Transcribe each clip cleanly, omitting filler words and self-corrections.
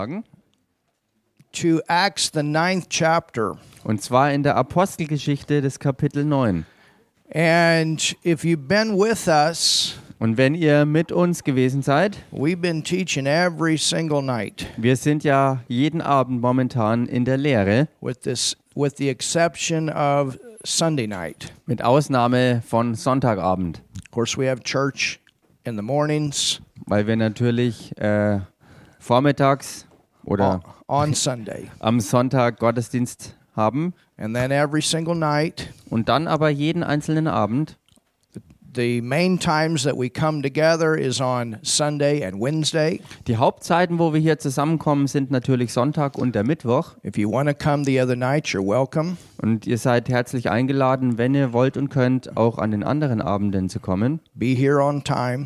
to Acts, the 9th chapter. Und zwar in der Apostelgeschichte des Kapitel 9. And if you've been with us, Und wenn ihr mit uns gewesen seid, we've been teaching every single night, wir sind ja jeden Abend momentan in der Lehre, with the exception of Sunday night. mit Ausnahme von Sonntagabend, Of course, we have church in the mornings weil wir natürlich vormittags oder on Sunday, am Sonntag Gottesdienst haben and then every single night. und dann aber jeden einzelnen Abend. The main times that we come together is on Sunday and Wednesday. Die Hauptzeiten, wo wir hier zusammenkommen, sind natürlich Sonntag und der Mittwoch. If you want to come the other night, you're welcome. Und ihr seid herzlich eingeladen, wenn ihr wollt und könnt, auch an den anderen Abenden zu kommen. Be here on time,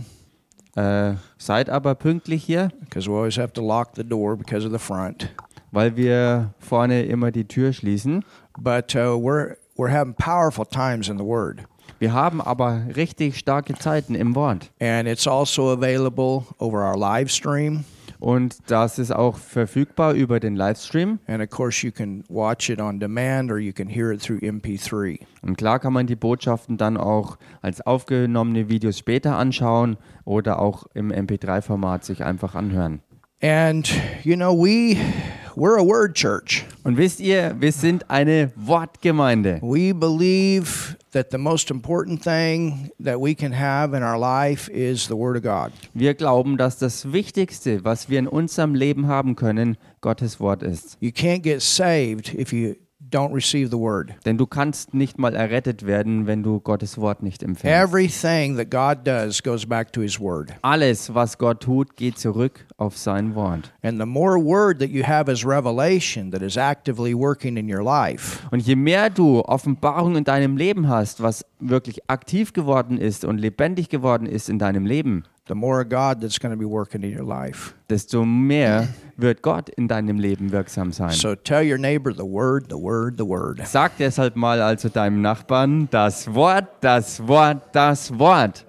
Seid aber pünktlich hier, because we always have to lock the door because of the front. weil wir vorne immer die Tür schließen. But we're having powerful times in the Word. Wir haben aber richtig starke Zeiten im Wort. And it's also available over our live stream. Und das ist auch verfügbar über den Livestream. And of course, you can watch it on demand or you can hear it through MP3. Und klar kann man die Botschaften dann auch als aufgenommene Videos später anschauen oder auch im MP3-Format sich einfach anhören. And, you know, we're a word church. Und wisst ihr, wir sind eine Wortgemeinde. We believe that the most important thing that we can have in our life is the Word of God. Wir glauben, dass das Wichtigste, was wir in unserem Leben haben können, Gottes Wort ist. You can't get saved if you don't receive the Word. Denn du kannst nicht mal errettet werden, wenn du Gottes Wort nicht empfängst. Everything that God does goes back to His Word. Alles, was Gott tut, geht zurück auf sein Wort. And the more Word that you have as revelation that is actively working in your life, Und je mehr du Offenbarung in deinem Leben hast, was wirklich aktiv geworden ist und lebendig geworden ist in deinem Leben, the more of God that's going to be working in your life. desto mehr wird Gott in deinem Leben wirksam sein. So tell your neighbor the Word, the Word, the Word. Sag deshalb mal also deinem Nachbarn, das Wort, das Wort, das Wort.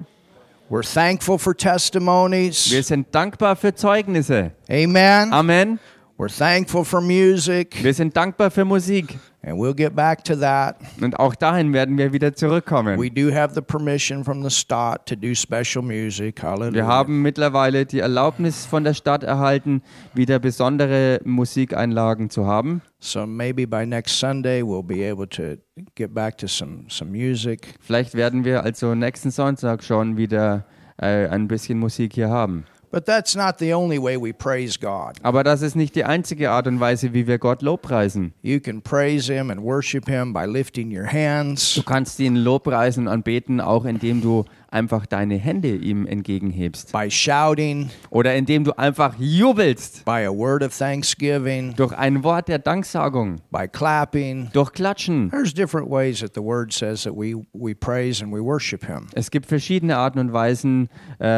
We're thankful for testimonies. Wir sind dankbar für Zeugnisse. Amen. Amen. We're thankful for music. Wir sind dankbar für Musik. And we'll get back to that. Und auch dahin werden wir wieder zurückkommen. We do have the permission from the Stadt to do special music. Hallelujah. Wir haben mittlerweile die Erlaubnis von der Stadt erhalten, wieder besondere Musikeinlagen zu haben. So maybe by next Sunday we'll be able to get back to some music. Vielleicht werden wir also nächsten Sonntag schon wieder ein bisschen Musik hier haben. But that's not the only way we praise God. Aber das ist nicht die einzige Art und Weise, wie wir Gott lobpreisen. You can praise Him and worship Him by lifting your hands, Du kannst ihn lobpreisen und anbeten, auch indem du einfach deine Hände ihm entgegenhebst. by shouting, Oder indem du einfach jubelst. by a word of thanksgiving, Durch ein Wort der Danksagung. by clapping. Durch Klatschen. There's different ways that the Word says that we praise and we worship Him. Es gibt verschiedene Arten und Weisen,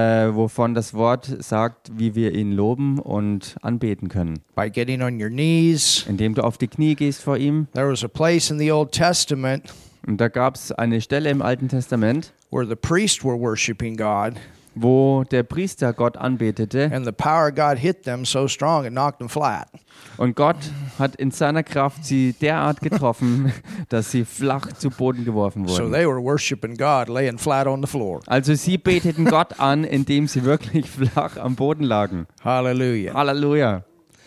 wovon das Wort sagt, wie wir ihn loben und anbeten können. By getting on your knees. Indem du auf die Knie gehst vor ihm. There was a place in the Old Testament Und da gab es eine Stelle im Alten Testament, where the priests were worshiping God, wo der Priester Gott anbetete. and the power of God hit them so strong it knocked them flat. Und Gott hat in seiner Kraft sie derart getroffen, dass sie flach zu Boden geworfen So wurden. they were worshiping God, laying flat on the floor. Also sie beteten Gott an, indem sie wirklich flach am Boden lagen. Hallelujah. Halleluja.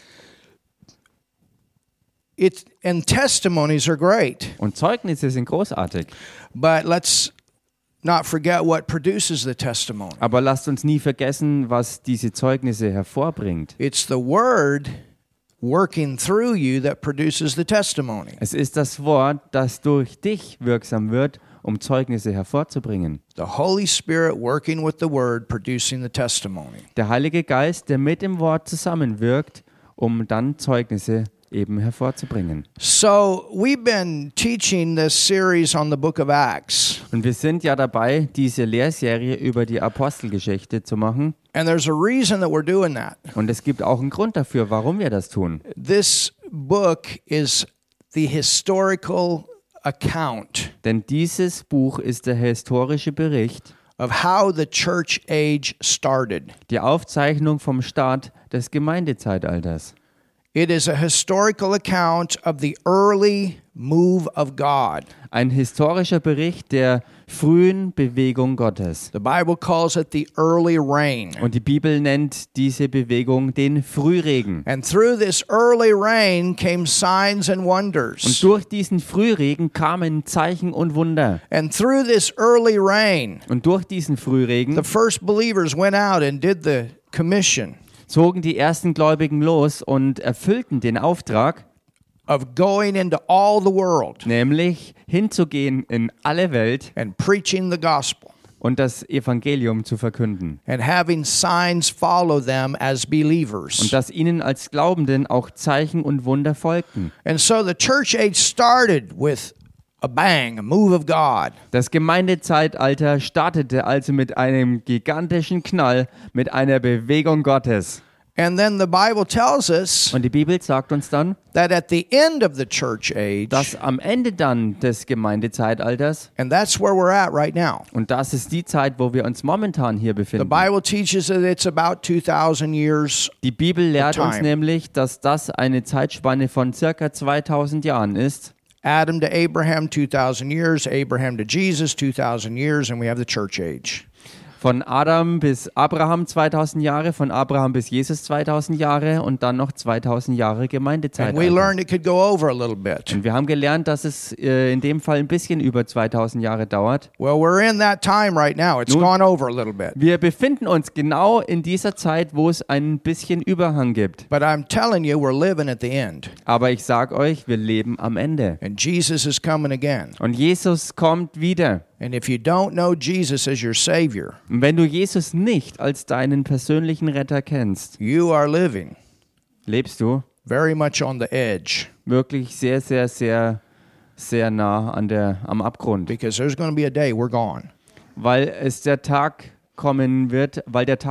And testimonies are great, Und Zeugnisse sind großartig. but let's not forget what produces the testimony. Aber lasst uns nie vergessen, was diese Zeugnisse hervorbringt. It's the Word working through you that produces the testimony. Es ist das Wort, das durch dich wirksam wird, um Zeugnisse hervorzubringen. The Holy Spirit working with the Word producing the testimony. Der Heilige Geist, der mit dem Wort zusammenwirkt, um dann Zeugnisse eben hervorzubringen. So we've been teaching this series on the book of Acts. Und wir sind ja dabei, diese Lehrserie über die Apostelgeschichte zu machen. And there's a reason that we're doing that. Und es gibt auch einen Grund dafür, warum wir das tun. This book is the historical account Denn dieses Buch ist der historische Bericht, of how the church age started. die Aufzeichnung vom Start des Gemeindezeitalters. It is a historical account of the early move of God. Ein historischer Bericht der frühen Bewegung Gottes. The Bible calls it the early rain. Und die Bibel nennt diese Bewegung den Frühregen. And through this early rain came signs and Und wonders. durch diesen Frühregen kamen Zeichen und Wunder. And through this early rain, Und durch diesen Frühregen the first believers went out and did the commission zogen die ersten Gläubigen los und erfüllten den Auftrag, of going into all the world nämlich hinzugehen in alle Welt and preaching the gospel und das Evangelium zu verkünden. and having signs follow them as Und believers. dass ihnen als Glaubenden auch Zeichen und Wunder folgten. And so the church age started with a bang, a move of God. Das Gemeindezeitalter startete also mit einem gigantischen Knall, mit einer Bewegung Gottes. And then the Bible tells us Und die Bibel sagt uns dann, that at the end of the church age, dass am Ende dann des Gemeindezeitalters, and that's where we're at right now. und das ist die Zeit, wo wir uns momentan hier The befinden. Bible teaches that it's about 2000 years. Die Bibel lehrt uns time. nämlich, dass das eine Zeitspanne von circa 2000 Jahren ist. Adam to Abraham, 2000 years. Abraham to Jesus, 2000 years. And we have the church age. Von Adam bis Abraham 2000 Jahre, von Abraham bis Jesus 2000 Jahre und dann noch 2000 Jahre And we Gemeindezeitalter. learned it could go over a little bit. Und wir haben gelernt, dass es in dem Fall ein bisschen über 2000 Jahre dauert. Well, we're in that time right now. It's Nun- gone over a little bit. Wir befinden uns genau in dieser Zeit, wo es ein bisschen Überhang gibt. But I'm telling you, we're living at the end. Aber ich sag euch, wir leben am Ende. And Jesus is coming again. Und Jesus kommt wieder. And if you don't know Jesus as your Savior, Und wenn du Jesus nicht als deinen persönlichen Retter kennst, you are living lebst du very much on the edge wirklich sehr, sehr, sehr, sehr nah am Abgrund. because there's going to be a day we're gone. Weil der Tag kommen wird,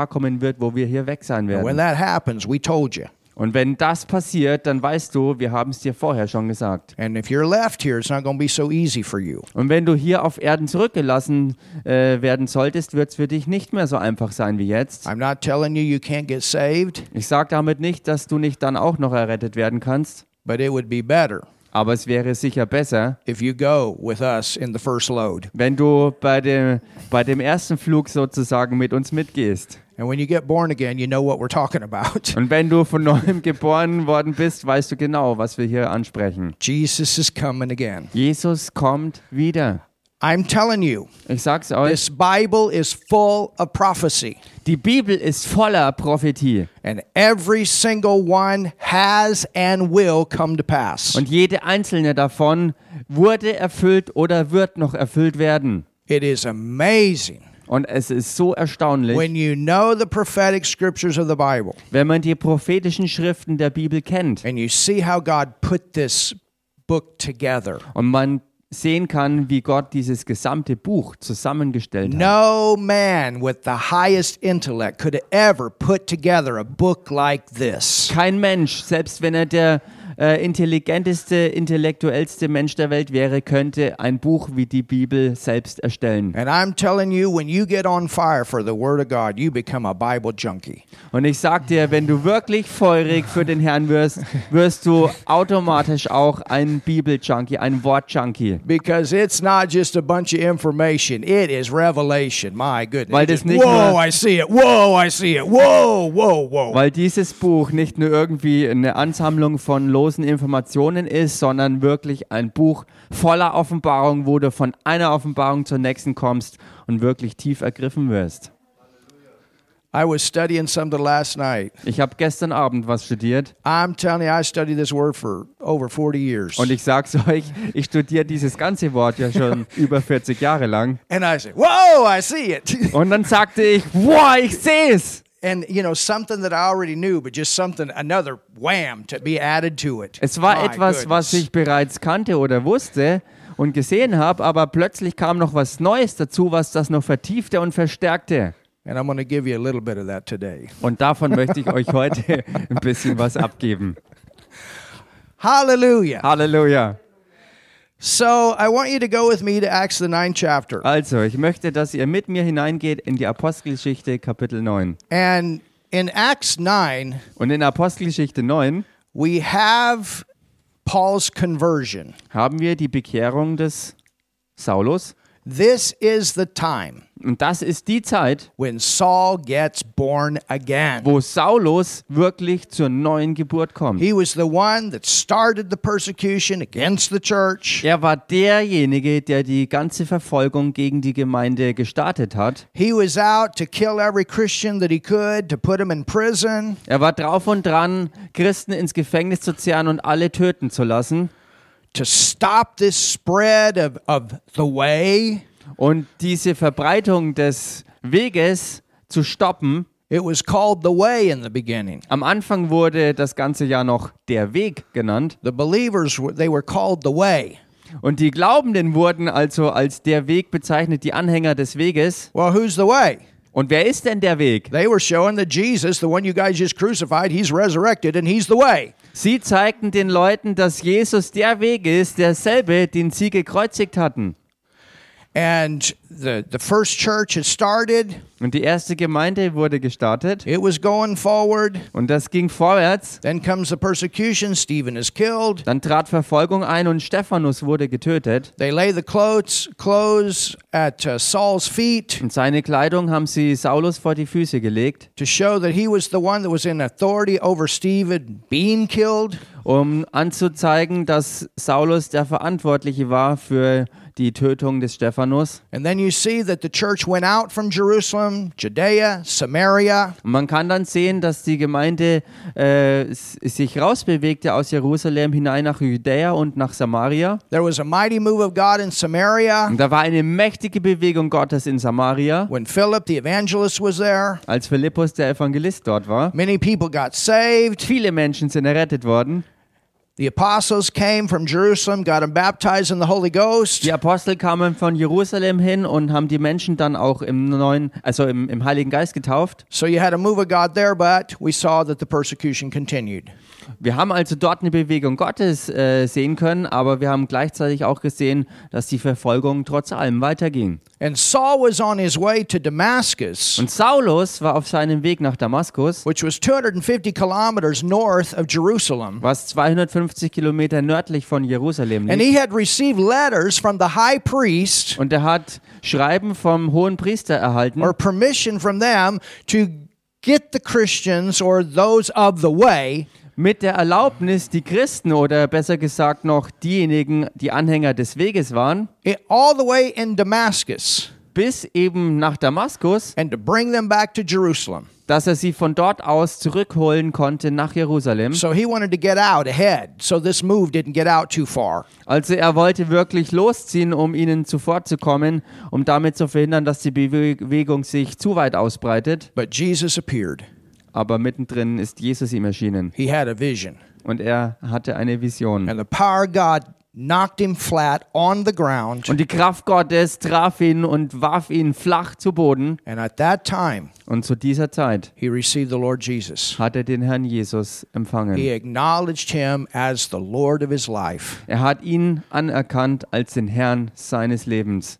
wo wir hier weg sein And when werden. that happens, we told you. Und wenn das passiert, dann weißt du, wir haben es dir vorher schon gesagt. And if you're left here, it's not going to be so easy for you. Und wenn du hier auf Erden zurückgelassen werden solltest, wird es für dich nicht mehr so einfach sein wie jetzt. I'm not telling you can't get saved, Ich sage damit nicht, dass du nicht dann auch noch errettet werden kannst, but it would be better aber es wäre sicher besser, if you go with us in the first load. wenn du bei dem ersten Flug sozusagen mit uns mitgehst. And when you get born again, you know what we're talking about. Und wenn du von neuem geboren worden bist, weißt du genau, was wir hier ansprechen. Jesus is coming again. Jesus kommt wieder. I'm telling you, Ich sag's euch, this Bible is full of prophecy. die Bibel ist voller Prophetie. And every single one has and will come to pass. Und jede einzelne davon wurde erfüllt oder wird noch erfüllt werden. It is amazing Und es ist so erstaunlich, when you know the prophetic scriptures of the Bible wenn man die prophetischen Schriften der Bibel kennt and you see how God put this book together. und man sehen kann, wie Gott dieses gesamte Buch zusammengestellt hat. No man with the highest intellect could have ever put together a book like this. Kein Mensch, selbst wenn er der intelligenteste, intellektuellste Mensch der Welt wäre, könnte ein Buch wie die Bibel selbst erstellen. And I'm telling you, when you get on fire for the Word of God, you become a Bible junkie. Und ich sag dir, wenn du wirklich feurig für den Herrn wirst, wirst du automatisch auch ein Bibel-Junkie, ein Wort-Junkie. Because it's not just a bunch of information, it is revelation. My goodness. Weil It das is, nicht whoa, nur- I see it. Whoa, I see it. Whoa, whoa, whoa. Weil dieses Buch nicht nur irgendwie eine Ansammlung von losen Informationen ist, sondern wirklich ein Buch voller Offenbarung, wo du von einer Offenbarung zur nächsten kommst und wirklich tief ergriffen wirst. I was studying something last night. Ich habe gestern Abend was studiert I'm telling you, I studied this word for over 40 years. und ich sag's euch, ich studiere dieses ganze Wort ja schon über 40 Jahre lang. And I said, whoa, I see it. Und dann sagte ich, wow, ich sehe es. And, you know, something that I already knew, but just something, another wham to be added to it. Es war My etwas, was goodness. ich bereits kannte oder wusste und gesehen habe, aber plötzlich kam noch was Neues dazu, was das noch vertiefte und verstärkte. And I'm going to give you a little bit of that today. Und davon möchte ich euch heute ein bisschen was abgeben. Hallelujah. Halleluja. So I want you to go with me to Acts, the 9th chapter. Also, ich möchte, dass ihr mit mir hineingeht in die Apostelgeschichte, Kapitel 9. And in Acts 9, Und in Apostelgeschichte 9 we have Paul's conversion. haben wir die Bekehrung des Saulus. This is the time Und das ist die Zeit, when Saul gets born again. wo Saulus wirklich zur neuen Geburt kommt. He was the one that started the persecution against the church. Er war derjenige, der die ganze Verfolgung gegen die Gemeinde gestartet hat. He was out to kill every Christian that he could, to put him in prison. Er war drauf und dran, Christen ins Gefängnis zu zerren und alle töten zu lassen. To stop this spread of the way. Und diese Verbreitung des Weges zu stoppen. It was called the way in the beginning. Am Anfang wurde das ganze ja noch der Weg genannt. The believers, they were called the way. Und die Glaubenden wurden also als der Weg bezeichnet, die Anhänger des Weges. Well, who's the way? Und wer ist denn der Weg? They were showing that Jesus, the one you guys just crucified, he's resurrected and he's the way. Sie zeigten den Leuten, dass Jesus der Weg ist, derselbe, den sie gekreuzigt hatten. And the first church had started. Und die erste Gemeinde wurde gestartet. It was going forward. Und das ging vorwärts. Then comes the persecution. Stephen is killed. Dann trat Verfolgung ein und Stephanus wurde getötet. They lay the clothes at Saul's feet Und seine Kleidung haben sie Saulus vor die Füße gelegt, to show that he was the one that was in authority over Stephen being killed. um anzuzeigen, dass Saulus der Verantwortliche war für die Tötung des Stephanus. And then you see that the church went out from Jerusalem, Judea, Samaria. Und man kann dann sehen, dass die Gemeinde sich rausbewegte aus Jerusalem hinein nach Judäa und nach Samaria. There was a mighty move of God in Samaria Und da war eine mächtige Bewegung Gottes in Samaria, when Philip the evangelist was there. als Philippus der Evangelist dort war. Many people got saved. Viele Menschen sind errettet worden. The apostles came from Jerusalem, got them baptized in the Holy Ghost. Die Apostel kamen von Jerusalem hin und haben die Menschen dann auch im Heiligen Geist getauft. So you had a move of God there, but we saw that the persecution continued. Wir haben also dort eine Bewegung Gottes sehen können, aber wir haben gleichzeitig auch gesehen, dass die Verfolgung trotz allem weiterging. And Saul was on his way to Damascus, Und Saulus war auf seinem Weg nach Damaskus, which was 250 kilometers north of Jerusalem. was 250 Kilometer nördlich von Jerusalem And liegt. he had received letters from the high priest Und er hat Schreiben vom hohen Priester erhalten, or permission from them to get the Christians or those of the way mit der Erlaubnis, die Christen oder besser gesagt noch diejenigen, die Anhänger des Weges waren, all the way in Damascus bis eben nach Damaskus, and to bring them back to Jerusalem. dass er sie von dort aus zurückholen konnte nach Jerusalem. So he wanted to get out ahead, so this move didn't get out too far. Also er wollte wirklich losziehen, um ihnen zuvorzukommen, um damit zu verhindern, dass die Bewegung sich zu weit ausbreitet. But Jesus appeared. Aber mittendrin ist Jesus ihm erschienen He had a vision. und er hatte eine Vision. And the power of God knocked him flat on the ground. Und die Kraft Gottes traf ihn und warf ihn flach zu Boden. And at that time, Und zu dieser Zeit he received the Lord Jesus. hat er den Herrn Jesus empfangen. He acknowledged him as the Lord of his life. Er hat ihn anerkannt als den Herrn seines Lebens.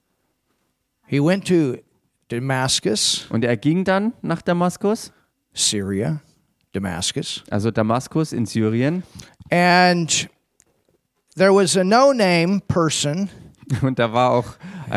He went to Damascus, Und er ging dann nach Damaskus, Syria, Damascus, also Damaskus in Syrien. and there was a no-name person Und da war auch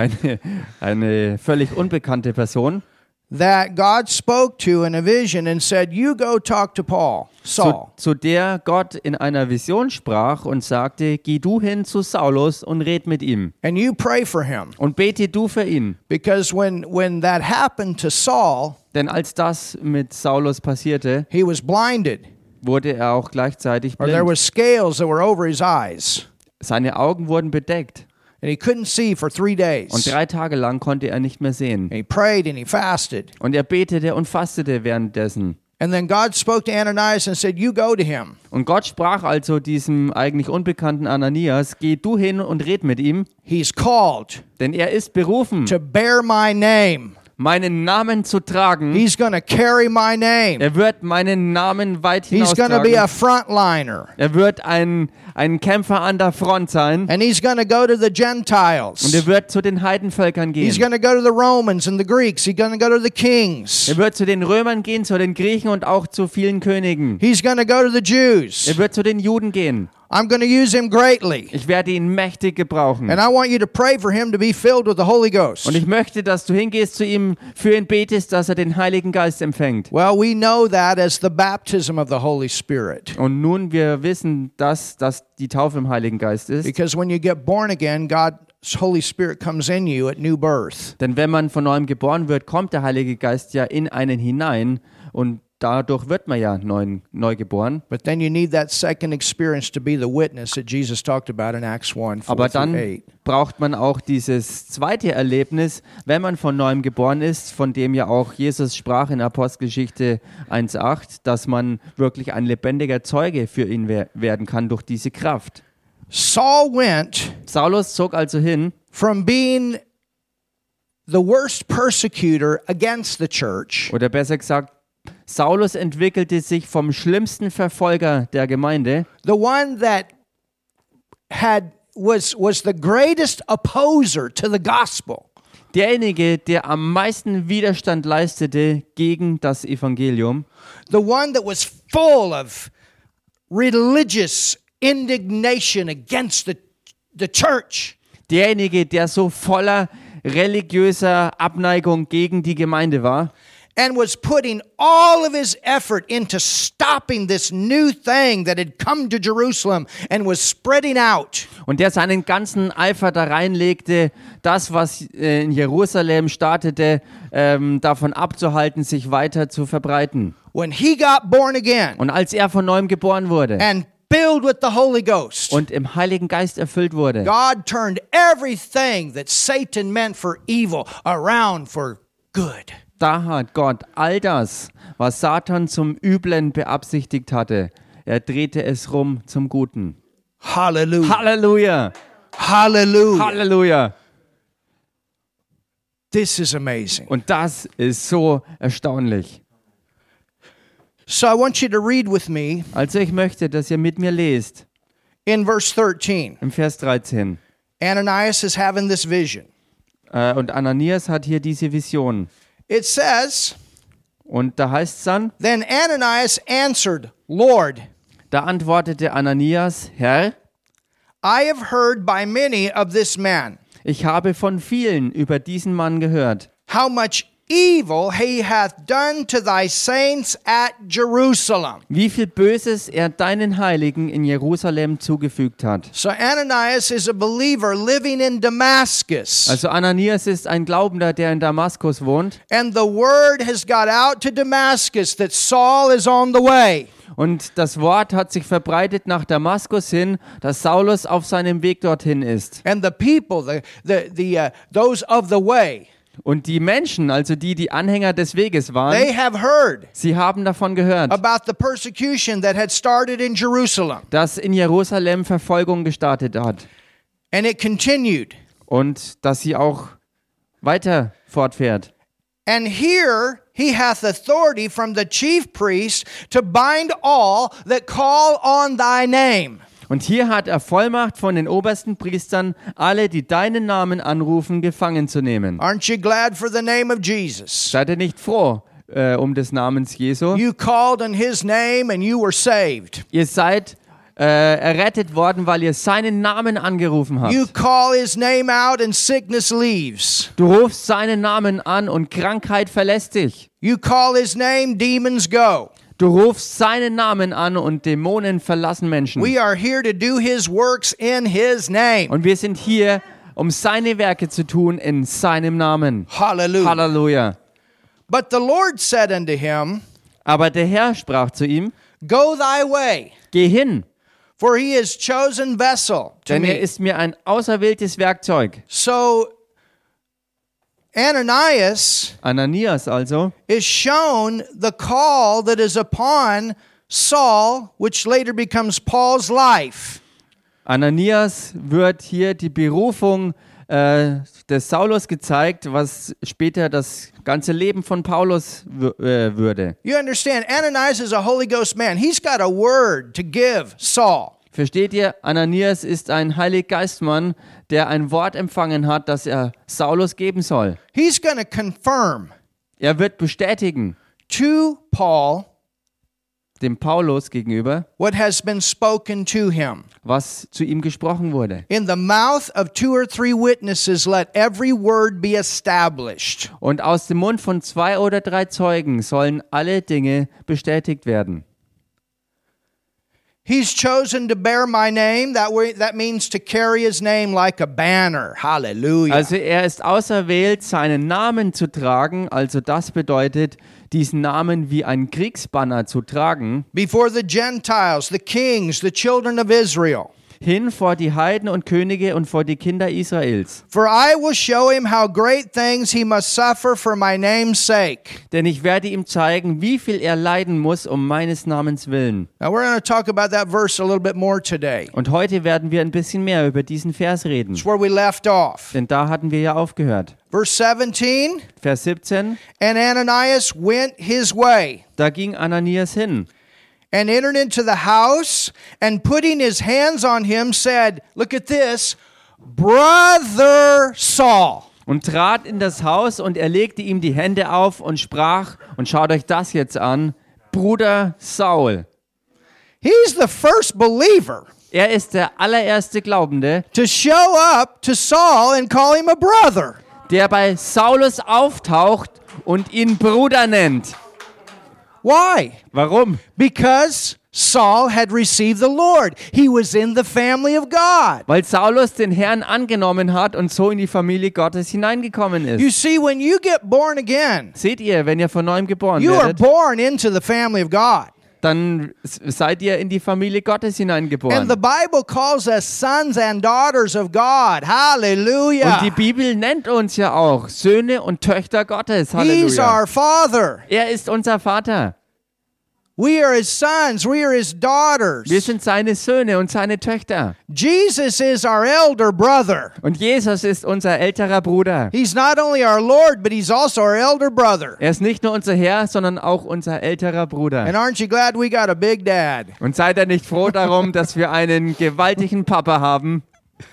eine völlig unbekannte Person, that God spoke to in a vision and said, "You go talk to Paul, Saul." zu der Gott in einer Vision sprach und sagte, geh du hin zu Saulus und red mit ihm And you pray for him. und bete du für ihn. Because when that happened to Saul, Denn als das mit Saulus passierte, he was blinded, wurde er auch gleichzeitig or there blind. was scales that were over his eyes, Seine Augen wurden bedeckt and he couldn't see for 3 und days. 3 Tage lang konnte er nicht mehr sehen. And he prayed and he fasted. Und er betete und fastete währenddessen. And then God spoke to Ananias and said, "You go to him." Und Gott sprach also diesem eigentlich unbekannten Ananias, geh du hin und red mit ihm, He's called denn er ist berufen, to bear my name. meinen Namen zu tragen. He's going to carry my name. Er wird meinen Namen weit He's going to be a hinaustragen. frontliner. Er wird ein Kämpfer an der Front sein. And he's going to go to the Und Gentiles. er wird zu den Heidenvölkern He's gehen. going to go to the Romans and the Greeks. He's going to go to the kings. Er wird zu den Römern gehen, zu den Griechen und auch zu vielen Königen. He's going to go to the Jews. Er wird zu den Juden gehen. I'm going to use him greatly. Ich werde ihn mächtig gebrauchen. And I want you to pray for him to be filled with the Holy Ghost. Und ich möchte, dass du hingehst zu ihm, für ihn betest, dass er den Heiligen Geist empfängt. Well, we know that as the baptism of the Holy Spirit. Und nun, wir wissen, dass das die Taufe im Heiligen Geist ist. Because when you get born again, God's Holy Spirit comes in you at new birth. Denn wenn man von neuem geboren wird, kommt der Heilige Geist ja in einen hinein und dadurch wird man ja neu geboren. But then you need that second experience to be the witness that Jesus talked about in Acts 1, 4 Aber through dann 8. braucht man auch dieses zweite Erlebnis, wenn man von neuem geboren ist, von dem ja auch Jesus sprach in Apostelgeschichte 1,8, dass man wirklich ein lebendiger Zeuge für ihn werden kann durch diese Kraft. Saul went Saulus zog also hin, from being the worst persecutor against the church oder besser gesagt, Saulus entwickelte sich vom schlimmsten Verfolger der Gemeinde, the one that was the greatest opposer to the gospel, derjenige, der am meisten Widerstand leistete gegen das Evangelium, the one that was full of religious indignation against the church, derjenige, der so voller religiöser Abneigung gegen die Gemeinde war and was putting all of his effort into stopping this new thing that had come to Jerusalem and was spreading out. und der seinen ganzen Eifer da reinlegte, das, was in Jerusalem startete, davon abzuhalten, sich weiter zu verbreiten. When he got born again Und als er von neuem geboren wurde and filled with the Holy Ghost, und im Heiligen Geist erfüllt wurde, God turned everything that Satan meant for evil around for good. da hat Gott all das, was Satan zum Üblen beabsichtigt hatte, er drehte es rum zum Guten. Hallelujah. Halleluja! Hallelujah. Halleluja! This is amazing. Und das ist so erstaunlich. So I want you to read with me Also ich möchte, dass ihr mit mir lest, in verse 13. im Vers 13. Ananias is having this vision. Und Ananias hat hier diese Vision. It says, Und da heißt es dann, then Ananias answered, Lord, da antwortete Ananias, Herr, I have heard by many of this man, ich habe von vielen über diesen Mann gehört, how much evil he hath done to thy saints at Jerusalem. wie viel Böses er deinen Heiligen in Jerusalem zugefügt hat. So Ananias is a believer living in Damascus. Also Ananias ist ein Glaubender, der in Damaskus wohnt. And the word has got out to Damascus that Saul is on the way. Und das Wort hat sich verbreitet nach Damaskus hin, dass Saulus auf seinem Weg dorthin ist. And the people, those of the way, Und die Menschen, also die Anhänger des Weges waren, they have heard sie haben davon gehört, about the persecution that had started in Jerusalem. dass in Jerusalem Verfolgung gestartet hat And it continued. und dass sie auch weiter fortfährt. And here he hath authority from the chief priest to bind all that call on thy name. Und hier hat er Vollmacht von den obersten Priestern, alle, die deinen Namen anrufen, gefangen zu nehmen. Aren't you glad for the name of Jesus? Seid ihr nicht froh um des Namens Jesu? You called on his name and you were saved. Ihr seid errettet worden, weil ihr seinen Namen angerufen habt. You call his name out and sickness leaves. Du rufst seinen Namen an und Krankheit verlässt dich. You call his name, demons go. Du rufst seinen Namen an und Dämonen verlassen Menschen. We are here to do his works in his name. Und wir sind hier, um seine Werke zu tun in seinem Namen. Hallelujah. Halleluja. But the Lord said unto him, Aber der Herr sprach zu ihm, Go thy way, geh hin, for he is chosen vessel to denn er me. ist mir ein auserwähltes Werkzeug. So Ananias Ananias also is shown the call that is upon Saul, which later becomes Paul's life. Ananias wird hier die Berufung des Saulus gezeigt, was später das ganze Leben von Paulus würde. You understand, Ananias is a Holy Ghost man. He's got a word to give Saul. Versteht ihr? Ananias ist ein Heiliggeistmann, der ein Wort empfangen hat, das er Saulus geben soll. He's going to confirm Er wird bestätigen, to Paul dem Paulus gegenüber, what has been spoken to him. was zu ihm gesprochen wurde. In the mouth of 2 or 3 witnesses, let every word be established. Und aus dem Mund von 2 oder 3 Zeugen sollen alle Dinge bestätigt werden. He's chosen to bear my name. That means to carry his name like a banner. Hallelujah. Also er ist auserwählt, seinen Namen zu tragen, also das bedeutet, diesen Namen wie ein Kriegsbanner zu tragen, Before the Gentiles, the kings, the children of Israel. hin vor die Heiden und Könige und vor die Kinder Israels. For I will show him how great things he must suffer for my name's sake. Denn ich werde ihm zeigen, wie viel er leiden muss um meines Namens willen. Now we're going to talk about that verse a little bit more today. Und heute werden wir ein bisschen mehr über diesen Vers reden. It's where we left off. Denn da hatten wir ja aufgehört. Verse 17, Vers 17, and Ananias went his way da ging Ananias hin and entered into the house and putting his hands on him said, look at this, Brother Saul. und trat in das Haus und er legte ihm die Hände auf und sprach, und schaut euch das jetzt an, Bruder Saul. He's the first believer Er ist der allererste Glaubende, to show up to Saul and call him a brother. der bei Saulus auftaucht und ihn Bruder nennt. Why? Warum? Because Saul had received the Lord. He was in the family of God. Weil Saulus den Herrn angenommen hat und so in die Familie Gottes hineingekommen You ist. see, when you get born again, Seht ihr, wenn ihr von neuem geboren you are werdet, born into the family of God. dann seid ihr in die Familie Gottes And hineingeboren. the Bible calls us sons and daughters of God. Und die Hallelujah. Bibel nennt uns ja auch Söhne und Töchter Gottes. He's Halleluja. our Father. Er ist unser Vater. We are his sons. We are his Wir daughters. sind seine Söhne und seine Töchter. Jesus is our elder brother. Und Jesus ist unser älterer Bruder. He's not only our Lord, but he's also our elder brother. Er ist nicht nur unser Herr, sondern auch unser älterer Bruder. And aren't you glad we got a big dad? Und seid ihr nicht froh darum, dass wir einen gewaltigen Papa haben?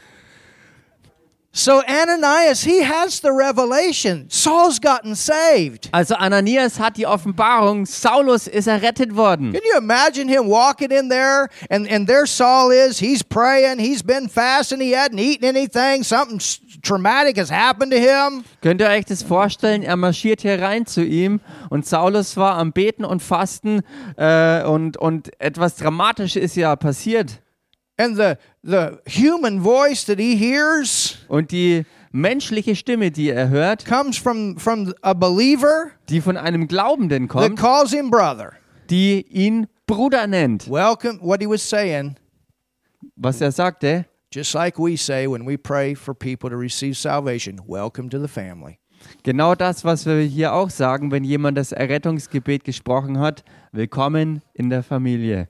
So Ananias, he has the revelation. Saul's gotten saved. Also Ananias hat die Offenbarung, Saulus ist errettet worden. Can you imagine him walking in there and there Saul is, he's praying, he's been fasting, he hadn't eaten anything, something traumatic has happened to him. Könnt ihr euch das vorstellen? Er marschiert hier rein zu ihm und Saulus war am Beten und Fasten und etwas Dramatisches ist ja passiert. And the human voice that he hears Und die menschliche Stimme, die er hört, comes from a believer die von einem Glaubenden that kommt, calls him brother. die ihn Bruder nennt. Welcome, what he was saying, Was er sagte, just like we say when we pray for people to receive salvation, welcome to the family. genau das, was wir hier auch sagen, wenn jemand das Errettungsgebet gesprochen hat, willkommen in der Familie.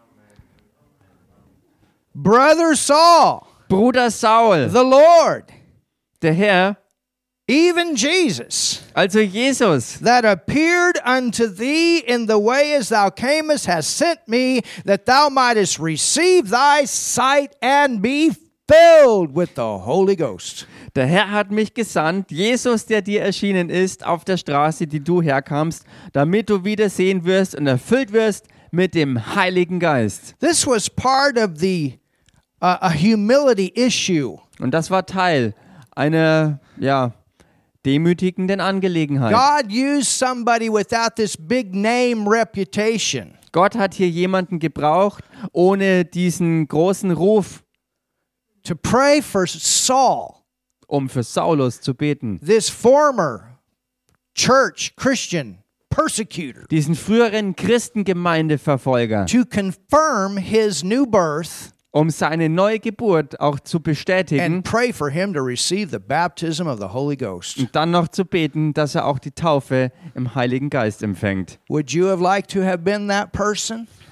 Brother Saul, Bruder Saul, the Lord, der Herr, even Jesus, also Jesus, that appeared unto thee in the way as thou camest, has sent me, that thou mightest receive thy sight and be filled with the Holy Ghost. der Herr hat mich gesandt, Jesus, der dir erschienen ist, auf der Straße, die du herkamst, damit du wieder sehen wirst und erfüllt wirst mit dem Heiligen Geist. This was part of the a humility issue. Und das war Teil einer, demütigenden Angelegenheit. God used somebody without this big name reputation Gott hat hier jemanden gebraucht, ohne diesen großen Ruf, to pray for Saul, um für Saulus zu beten. this former church Christian persecutor, Diesen früheren Christengemeindeverfolger, to confirm his new birth um seine neue Geburt auch zu bestätigen and pray for him to receive the baptism of the Holy Ghost. und dann noch zu beten, dass er auch die Taufe im Heiligen Geist empfängt. Would you have liked to have been that person?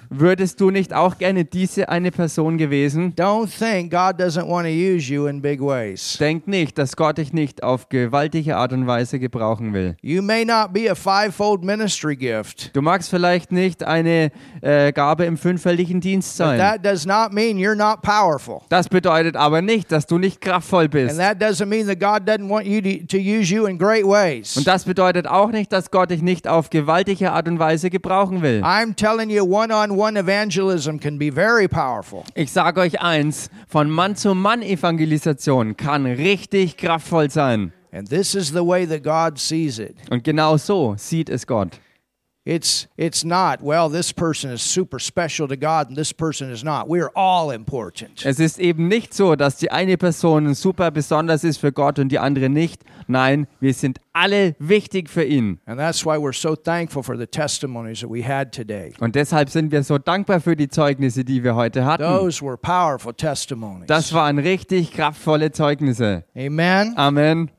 Würdest du nicht auch gerne diese eine Person gewesen? Don't think God doesn't want to use you in big ways. Denk nicht, dass Gott dich nicht auf gewaltige Art und Weise gebrauchen will. You may not be a fivefold ministry gift, Du magst vielleicht nicht eine Gabe im fünffältigen Dienst but sein. that does not mean you're not powerful. Das bedeutet aber nicht, dass du nicht kraftvoll And bist. that doesn't mean that God doesn't want you to use you in great ways. Und das bedeutet auch nicht, dass Gott dich nicht auf gewaltige Art und Weise gebrauchen will. I'm telling you, one-on-one evangelism can be very powerful. Ich sage euch eins, von Mann-zu-Mann-Evangelisation kann richtig kraftvoll sein. And this is the way that God sees it. Und genau so sieht es Gott. It's not, well, this person is super special to God and this person is not. We're all important. Es ist eben nicht so, dass die eine Person super besonders ist für Gott und die andere nicht. Nein, wir sind alle wichtig für ihn. And that's why we're so thankful for the testimonies that we had today. Und deshalb sind wir so dankbar für die Zeugnisse, die wir heute hatten. Those were powerful testimonies. Das waren richtig kraftvolle Zeugnisse. Amen. Amen.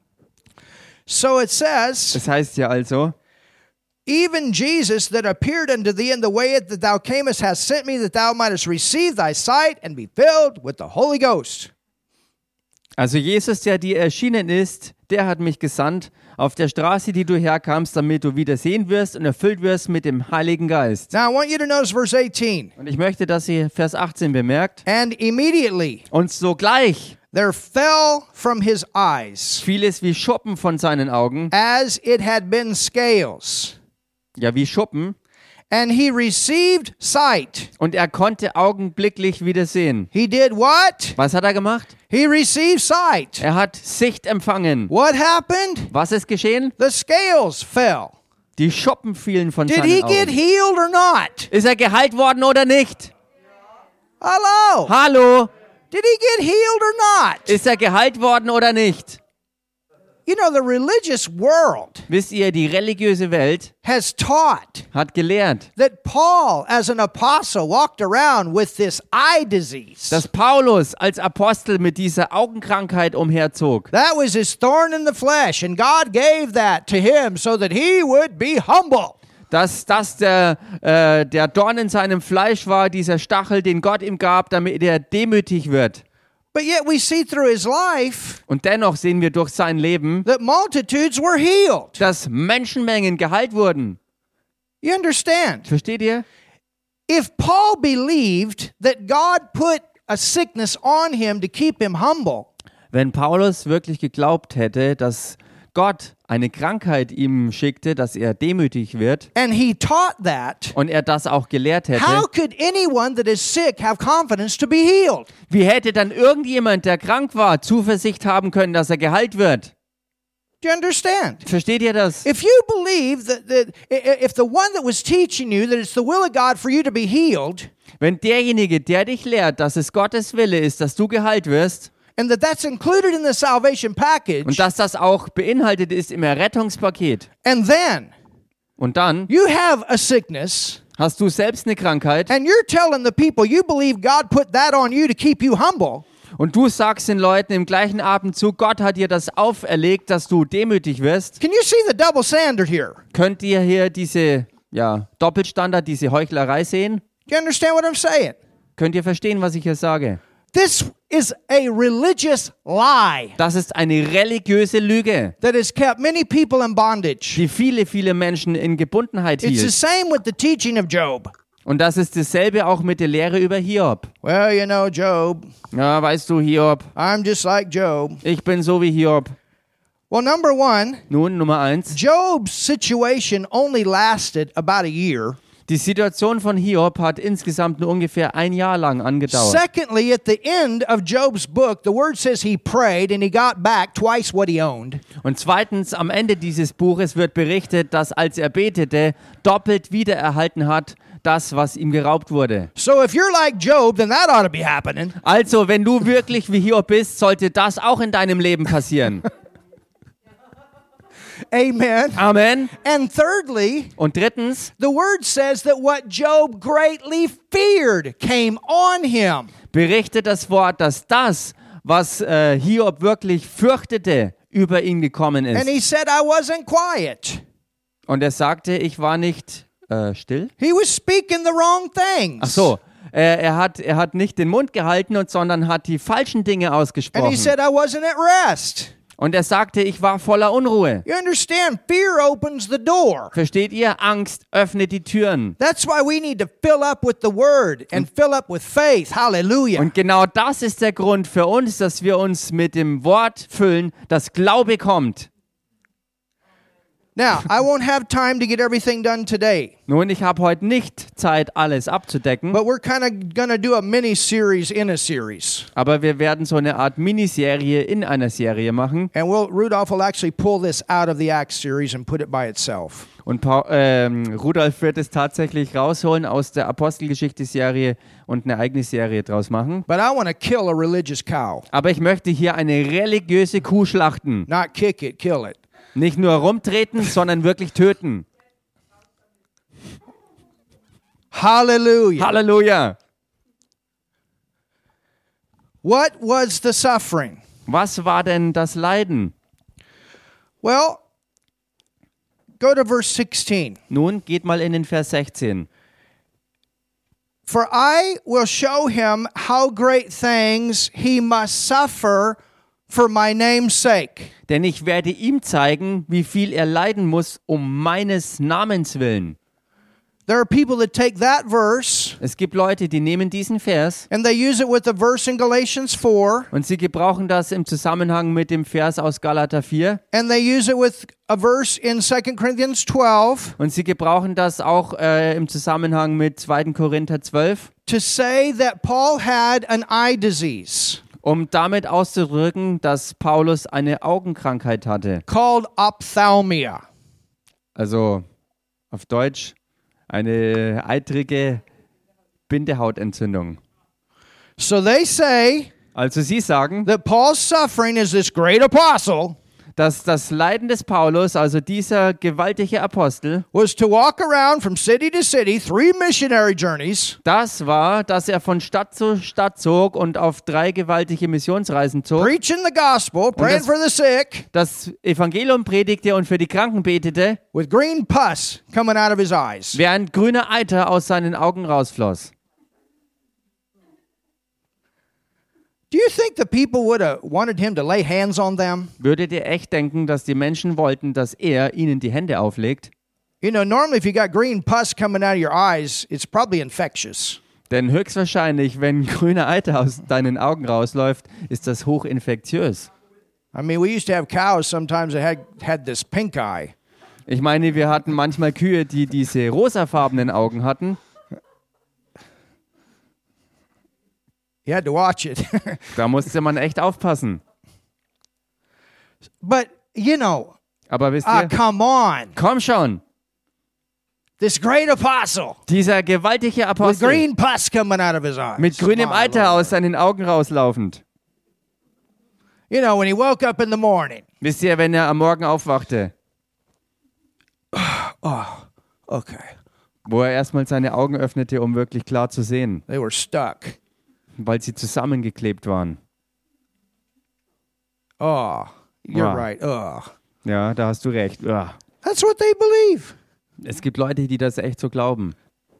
So it says, Das heißt ja also, even Jesus that appeared unto thee in the way that thou camest hath sent me, that thou mightest receive thy sight and be filled with the Holy Ghost. also Jesus, der dir erschienen ist, der hat mich gesandt auf der Straße, die du herkamst, damit du wieder sehen wirst und erfüllt wirst mit dem Heiligen Geist. Now I want you to notice verse 18. Und ich möchte, dass ihr Vers 18 bemerkt. And immediately Und sogleich there fell from his eyes, fiel es wie Schuppen von seinen Augen. as it had been scales. Ja, wie Schuppen. And he received sight. Und er konnte augenblicklich wieder sehen. He did what? Was hat er gemacht? He received sight. Er hat Sicht empfangen. What happened? Was ist geschehen? The scales fell. Die Schuppen fielen von Did he seinen get Augen. healed or not? Ist er geheilt worden oder nicht? Hello? Hallo? Did he get healed or not? Ist er geheilt worden oder nicht? You know, the religious world Wisst ihr, die religiöse Welt has taught hat gelehrt, that Paul, as an apostle, walked around with this eye disease. dass Paulus als Apostel mit dieser Augenkrankheit umherzog. That was his thorn in the flesh, and God gave that to him so that he would be humble. Dass das der Dorn in seinem Fleisch war, dieser Stachel, den Gott ihm gab, damit er demütig wird. But yet we see through his life Und dennoch sehen wir durch sein Leben, that multitudes were healed. dass Menschenmengen geheilt wurden. You understand? Versteht ihr? If Paul believed that God put a sickness on him to keep him humble, Wenn Paulus wirklich geglaubt hätte, dass Gott eine Krankheit ihm schickte, dass er demütig wird, and he taught that, und er das auch gelehrt hätte, how could anyone that is sick have confidence to be healed? wie hätte dann irgendjemand, der krank war, Zuversicht haben können, dass er geheilt wird? Do you understand? Versteht ihr das? If you believe if the one that was teaching you that it's the will of God for you to be healed, Wenn derjenige, der dich lehrt, dass es Gottes Wille ist, dass du geheilt wirst, and that's included in the salvation package, und dass das auch beinhaltet ist im Errettungspaket, and then und dann you have a sickness, hast du selbst eine Krankheit and you're telling the people you believe God put that on you to keep you humble, und du sagst den Leuten im gleichen Atemzug, Gott hat dir das auferlegt, dass du demütig wirst, can you see the double standard here? könnt ihr hier diese Doppelstandard, diese Heuchlerei sehen? Do you understand what I'm saying? Könnt ihr verstehen, was ich hier sage? This is a religious lie Das ist eine religiöse Lüge, that has kept many people in bondage. die viele, viele Menschen in Gebundenheit It's the hielt. same with the teaching of Job. Und das ist dasselbe auch mit der Lehre über Hiob. Well, you know, Job, Ja, weißt du, Hiob, I'm just like Job. ich bin so wie Hiob. Well, number one, Nun, Nummer 1. Job's situation only lasted about a year. Die Situation von Hiob hat insgesamt nur ungefähr ein Jahr lang angedauert. Secondly, at the end of Job's book, the word says he prayed and he got back twice what he owned. Und zweitens, am Ende dieses Buches wird berichtet, dass als er betete, doppelt wiedererhalten hat, das, was ihm geraubt wurde. So if you're like Job, then that ought to be happening. Also, wenn du wirklich wie Hiob bist, sollte das auch in deinem Leben passieren. Amen. Amen. And thirdly, Und drittens, the word says that what Job greatly feared came on him. berichtet das Wort, dass das, was Hiob wirklich fürchtete, über ihn gekommen And ist. he said, I wasn't quiet. Und er sagte, ich war nicht still? He was speaking the wrong things. Ach so, er hat nicht den Mund gehalten, sondern hat die falschen Dinge And he ausgesprochen. said, I wasn't at rest. Und er sagte, ich war voller Unruhe. You understand? Fear opens the door. Versteht ihr? Angst öffnet die Türen. That's why we need to fill up with the word and fill up with faith. Hallelujah. Und genau das ist der Grund für uns, dass wir uns mit dem Wort füllen, dass Glaube kommt. Now, I won't have time to get everything done today, Nun, ich habe heute nicht Zeit, alles abzudecken, but we're kind of going to do a mini series in a series. aber wir werden so eine Art Miniserie in einer Serie machen. And Rudolph will actually pull this out of the Acts series and put it by itself. Und Rudolf wird es tatsächlich rausholen aus der Apostelgeschichte-Serie und eine eigene Serie draus machen. But I want to kill a religious cow. Aber ich möchte hier eine religiöse Kuh schlachten. Not kick it, kill it. Nicht nur rumtreten, sondern wirklich töten. Hallelujah. Halleluja! What was the suffering? Was war denn das Leiden? Well, go to verse 16. Nun geht mal in den Vers 16. For I will show him how great things he must suffer for my name's sake. Denn ich werde ihm zeigen, wie viel er leiden muss, um meines Namens willen. There are people that take that verse Es gibt Leute, die nehmen diesen Vers and they use it with the verse in Galatians 4 und sie gebrauchen das im Zusammenhang mit dem Vers aus Galater 4 and they use it with a verse in 2 Corinthians 12 und sie gebrauchen das auch im Zusammenhang mit 2. Korinther 12, to say that Paul had an eye disease um damit auszudrücken, dass Paulus eine Augenkrankheit hatte. called ophthalmia. Also auf Deutsch eine eitrige Bindehautentzündung. So they say Also sie sagen, that Paul's suffering as this great apostle dass das Leiden des Paulus, also dieser gewaltige Apostel, was to walk around from city to city, 3 missionary journeys, das war, dass er von Stadt zu Stadt zog und auf 3 gewaltige Missionsreisen zog, preaching the gospel, praying das- for the sick, das Evangelium predigte und für die Kranken betete, with green pus coming out of his eyes. während grüner Eiter aus seinen Augen rausfloss. Do you think the people would have wanted him to lay hands on them? Würdet ihr echt denken, dass die Menschen wollten, dass er ihnen die Hände auflegt? You know, normally if you got green pus coming out of your eyes, it's probably infectious. Denn höchstwahrscheinlich, wenn grüner Eiter aus deinen Augen rausläuft, ist das hochinfektiös. I mean, we used to have cows sometimes that had this pink eye. Ich meine, wir hatten manchmal Kühe, die diese rosafarbenen Augen hatten. You had to watch it. Da musste man echt aufpassen. But, you know, Aber wisst ihr, come on. komm schon, This great apostle dieser gewaltige with Apostel green pus coming out of his eyes. mit grünem My Eiter Lord. aus seinen Augen rauslaufend. You know, when he woke up in the morning. Wisst ihr, wenn er am Morgen aufwachte, Okay. wo er erstmal seine Augen öffnete, um wirklich klar zu sehen, They were stuck. weil sie zusammengeklebt waren. Oh, you're Wow. right. Oh. Ja, da hast du recht. Uah. That's what they believe. Es gibt Leute, die das echt so glauben.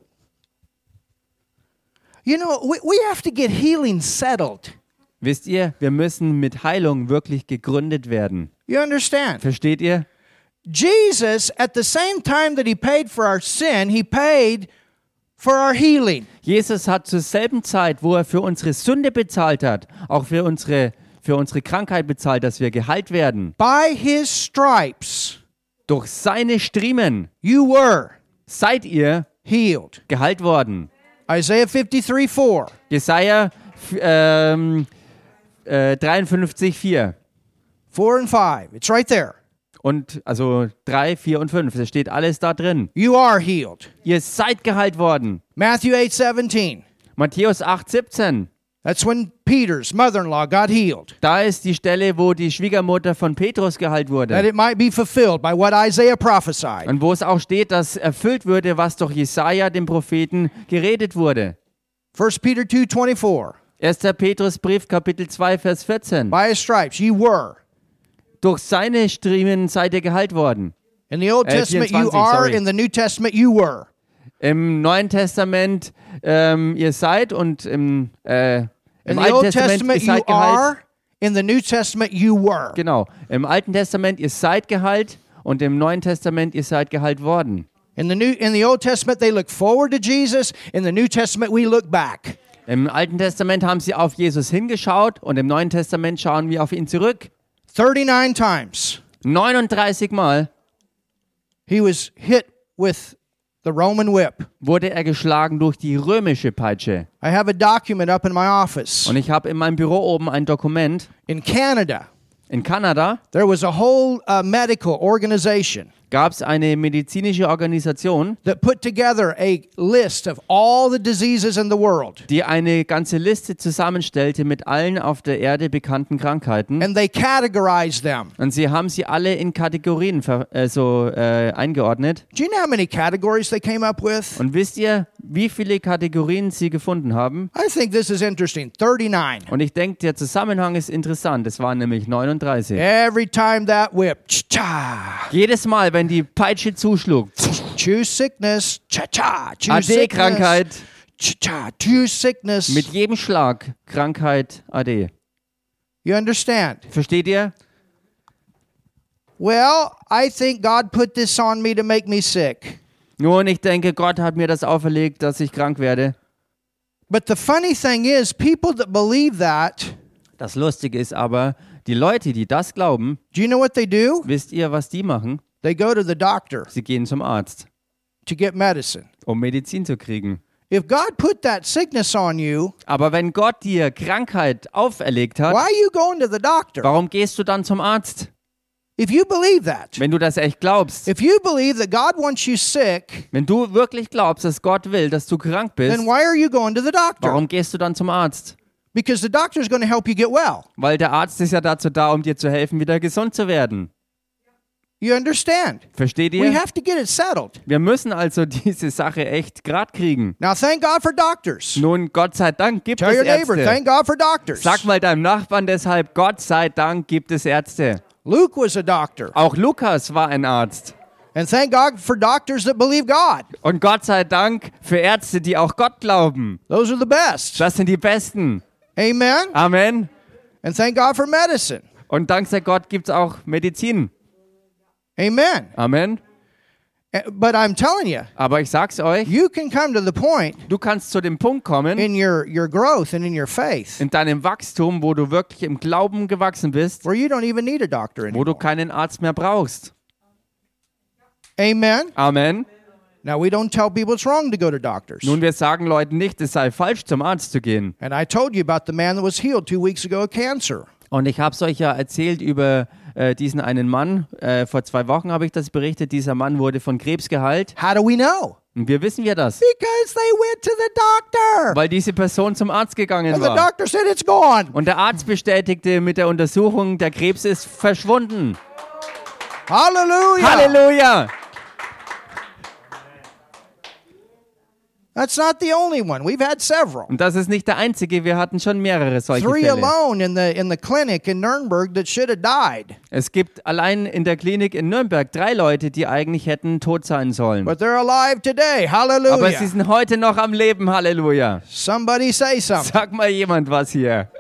You know, we have to get healing settled. Wisst ihr, wir müssen mit Heilung wirklich gegründet werden. You understand? Versteht ihr? Jesus, at the same time that he paid for our sin, he paid for our healing. Jesus hat zur selben Zeit, wo er für unsere Sünde bezahlt hat, auch für unsere Krankheit bezahlt, dass wir geheilt werden. By his stripes, Durch seine Striemen you were seid ihr healed. geheilt worden. Isaiah 53:4. Jesaja 53,4. 4 and 5. It's right there. Und also 3, 4 und 5. Das steht alles da drin. You are healed. Ihr seid geheilt worden. Matthew 8:17. Matthäus 8,17. That's when Peter's mother-in-law got healed. Da ist die Stelle, wo die Schwiegermutter von Petrus geheilt That wurde. it might be fulfilled by what Isaiah prophesied. Und wo es auch steht, dass erfüllt würde, was durch Jesaja, dem Propheten, geredet wurde. 1 Peter 2:24. 1. Petrusbrief, Kapitel 2, Vers 14. By his stripes you were. Durch seine Striemen seid ihr geheilt worden. In the Old Testament you 24, are, sorry. in the New Testament you were. Im Neuen Testament ihr seid und im In the Alten Old Testament Testament ihr you seid geheilt. are. In the New Testament you were. Genau. Im Alten Testament ihr seid geheilt und im Neuen Testament ihr seid geheilt worden. In the Old Testament they look forward to Jesus. In the New Testament we look back. Im Alten Testament haben sie auf Jesus hingeschaut und im Neuen Testament schauen wir auf ihn zurück. 39 times 39 Mal he was hit with the Roman whip. wurde er geschlagen durch die römische Peitsche. I have a document up in my office. Und ich habe in meinem Büro oben ein Dokument. In Canada, In Kanada there was a whole medical organization gab es eine medizinische Organisation, that put together a list of all the diseases in the world. die eine ganze Liste zusammenstellte mit allen auf der Erde bekannten Krankheiten. And they categorized them. Und sie haben sie alle in Kategorien eingeordnet. Do you know how many categories they came up with? Und wisst ihr, wie viele Kategorien sie gefunden haben? I think this is interesting. 39. Und ich denke, der Zusammenhang ist interessant. Es waren nämlich 39. Every time that whip, cha, Jedes Mal, wenn die Peitsche zuschlug, choose sickness, cha cha, choose sickness, AD-Krankheit, cha cha, choose sickness. mit jedem Schlag Krankheit AD. You understand? Versteht ihr? Well, I think God put this on me to make me sick. Nun, ich denke, Gott hat mir das auferlegt, dass ich krank werde. But the funny thing is, people that believe that, Das Lustige ist aber, die Leute, die das glauben, do you know what they do? wisst ihr, was die machen? They go to the doctor Sie gehen zum Arzt, to get medicine. um Medizin zu kriegen. If God put that sickness on you, Aber wenn Gott dir Krankheit auferlegt hat, why are you going to the doctor? warum gehst du dann zum Arzt? If you believe that, Wenn du das echt glaubst, if you believe that God wants you sick, wenn du wirklich glaubst, dass Gott will, dass du krank bist, then why are you going to the doctor? warum gehst du dann zum Arzt? Because the doctor is going to help you get well. Weil der Arzt ist ja dazu da, um dir zu helfen, wieder gesund zu werden. You understand? Versteht We ihr? have to get it settled. Wir müssen also diese Sache echt grad kriegen. Now, thank God for doctors. Nun, Gott sei Dank gibt Tell es your neighbor, Ärzte. thank God for doctors. Sag mal deinem Nachbarn deshalb, Gott sei Dank gibt es Ärzte. Luke was a doctor. Auch Lukas war ein Arzt. And thank God for doctors that believe God. Und Gott sei Dank für Ärzte, die auch Gott glauben. Those are the best. Das sind die Besten. Amen. Amen. And thank God for medicine. Und dank sei Gott gibt es auch Medizin. Amen. Amen. But I'm telling you, Aber ich sag's euch, you can come to the point du kannst zu dem Punkt kommen, in your growth and in your faith in deinem Wachstum, wo du wirklich im Glauben gewachsen bist, where you don't even need a doctor wo du anymore. keinen Arzt mehr brauchst. Amen. Amen. Now, we don't tell people it's wrong to go to doctors. Nun, wir sagen Leuten nicht, es sei falsch, zum Arzt zu gehen. And I told you about the man that was healed 2 weeks ago of cancer. Und ich habe es euch ja erzählt über diesen einen Mann. Vor 2 Wochen habe ich das berichtet. Dieser Mann wurde von Krebs geheilt. How do we know? Und wir wissen ja das, Because they went to the doctor. weil diese Person zum Arzt gegangen And the war. doctor said it's gone. Und der Arzt bestätigte mit der Untersuchung, der Krebs ist verschwunden. Hallelujah. Halleluja! That's not the only one. We've had several. Und das ist nicht der einzige, wir hatten schon mehrere solche 3 Fälle. alone in the clinic in Nuremberg that should have died. Es gibt allein in der Klinik in Nürnberg 3 Leute, die eigentlich hätten tot sein sollen. But they're alive today. Aber sie Hallelujah. sind heute noch am Leben, Halleluja. Somebody say something. Sag mal jemand was hier.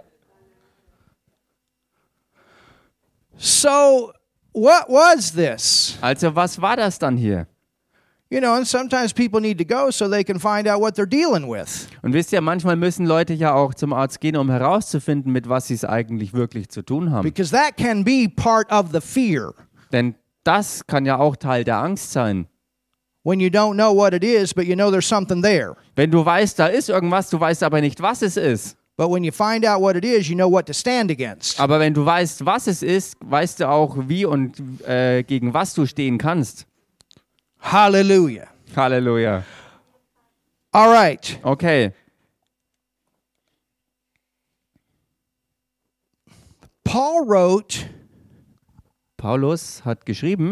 So, what was this? Also was war das dann hier? You know, and sometimes people need to go so they can find out what they're dealing with. Und wisst ihr, manchmal müssen Leute ja auch zum Arzt gehen, um herauszufinden, mit was sie es eigentlich wirklich zu tun haben. Because that can be part of the fear. Denn das kann ja auch Teil der Angst sein. When you don't know what it is, but you know there's something there. Wenn du weißt, da ist irgendwas, du weißt aber nicht, was es ist. But when you find out what it is, you know what to stand against. Aber wenn du weißt, was es ist, weißt du auch, wie und gegen was du stehen kannst. Hallelujah. Halleluja. All right. Okay. Paul wrote Paulus hat geschrieben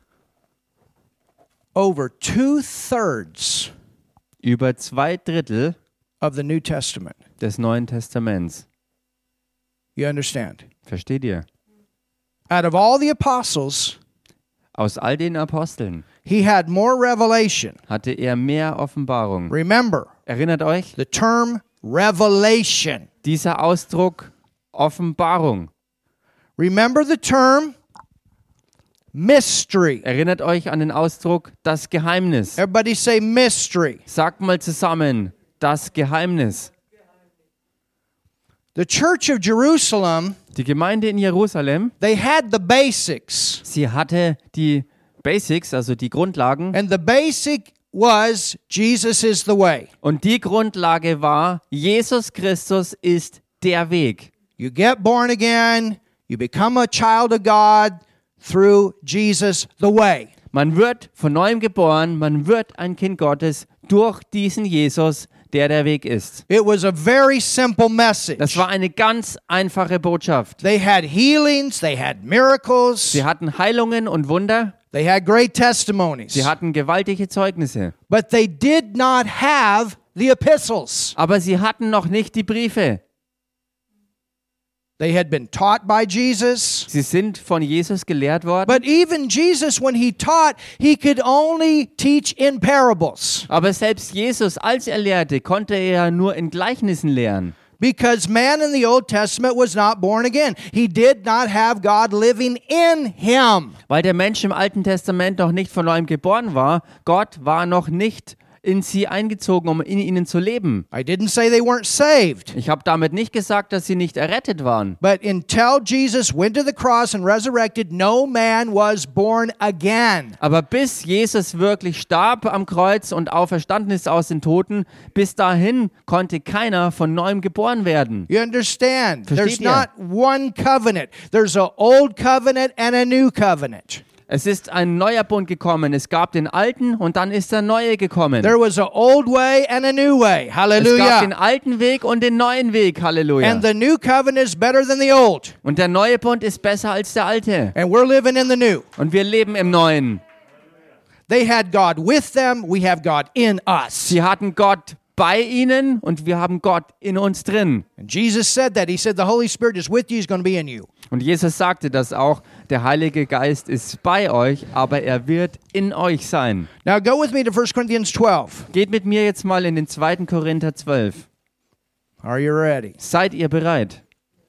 over 2/3 über 2/3 of the New Testament. des Neuen Testaments. You understand? Versteht ihr? Out of all the apostles, Aus all den Aposteln he had more revelation. hatte er mehr Offenbarung. Remember, Erinnert euch, the term revelation. dieser Ausdruck Offenbarung. Remember the term mystery. Erinnert euch an den Ausdruck das Geheimnis. Everybody say mystery. Sagt mal zusammen, das Geheimnis. The Church of Jerusalem, Die Gemeinde in Jerusalem, they had the basics. sie hatte die Basics, also die Grundlagen. And the basic was Jesus is the way. Und die Grundlage war, Jesus Christus ist der Weg. You get born again, you become a child of God through Jesus the way. Man wird von neuem geboren, man wird ein Kind Gottes durch diesen Jesus, der Weg ist. It was a very simple message. Das war eine ganz einfache Botschaft. They had healings, they had miracles, Sie hatten Heilungen und Wunder, they had great testimonies. sie hatten gewaltige Zeugnisse, But they did not have the epistles. aber sie hatten noch nicht die Briefe. They had been taught by Jesus. Sie sind von Jesus gelehrt worden, But even Jesus, when he taught, he could only teach in parables. aber selbst Jesus, als er lehrte, konnte er nur in Gleichnissen lehren. Because man in the Old Testament was not born again. He did not have God living in him. Weil der Mensch im Alten Testament noch nicht von neuem geboren war, Gott war noch nicht in sie eingezogen, um in ihnen zu leben. I didn't say they weren't saved. Ich habe damit nicht gesagt, dass sie nicht errettet waren. But until Jesus went to the cross and resurrected, no man was born again. Aber bis Jesus wirklich starb am Kreuz und auferstanden ist aus den Toten, bis dahin konnte keiner von neuem geboren werden. You understand? There's Versteht ihr? not one covenant. There's an old covenant and a new covenant. Es ist ein neuer Bund gekommen. Es gab den alten und dann ist der neue gekommen. There was an old way and a new way. Es gab den Hallelujah. alten Weg und den neuen Weg. Halleluja. And the new covenant is better than the old. Und der neue Bund ist besser als der alte. And we're living in the new. Und wir leben im neuen. They had God with them. We have God in us. Sie hatten Gott bei ihnen und wir haben Gott in uns drin. And Jesus said that. He said the Holy Spirit is with you. He's going to be in you. Und Jesus sagte das auch, der Heilige Geist ist bei euch, aber er wird in euch sein. Now go with me to 1 Corinthians 12. Geht mit mir jetzt mal in den 2. Korinther 12. Are you ready? Seid ihr bereit?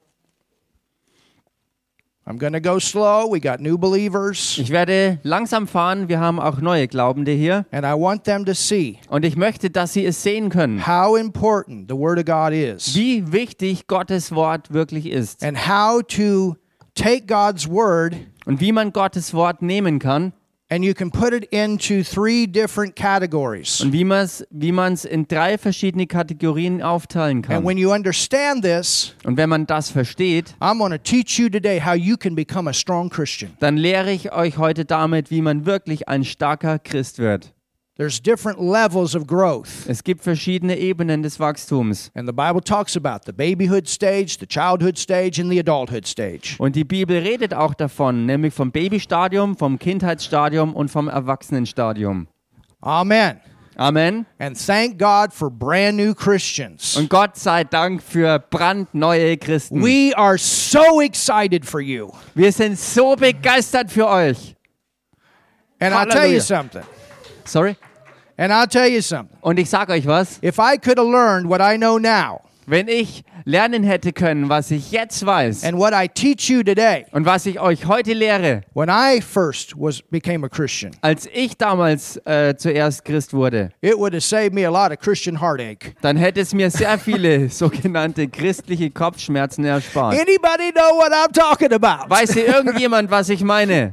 I'm going to go slow. We got new believers. Ich werde langsam fahren, wir haben auch neue Glaubende hier. And I want them to see Und ich möchte, dass sie es sehen können, how important the Word of God is. wie wichtig Gottes Wort wirklich ist. And how to take God's Word Und wie man Gottes Wort nehmen kann and you can put it into 3 different categories. und wie man es in 3 verschiedene Kategorien aufteilen And kann. when you understand this, Und wenn man das versteht, I'm going to teach you today how you can become a strong Christian. dann lehre ich euch heute damit, wie man wirklich ein starker Christ wird. There's different levels of growth. Es gibt verschiedene Ebenen des Wachstums. And the Bible talks about the babyhood stage, the childhood stage, and the adulthood stage. Und die Bibel redet auch davon, nämlich vom Babystadium, vom Kindheitsstadium und vom Erwachsenenstadium. Amen. Amen. And thank God for brand new Christians. Und Gott sei Dank für brandneue Christen. We are so excited for you. Wir sind so begeistert für euch. And I'll tell Hallelujah. you something. Sorry? And I'll tell you something. Und ich sage euch was, If I could have learned what I know now wenn ich lernen hätte können, was ich jetzt weiß and what I teach you today, und was ich euch heute lehre, when I first became a Christian, als ich damals zuerst Christ wurde, it would have saved me a lot of Christian heartache. dann hätte es mir sehr viele sogenannte christliche Kopfschmerzen erspart. Anybody know what I'm talking about? Weiß hier irgendjemand, was ich meine?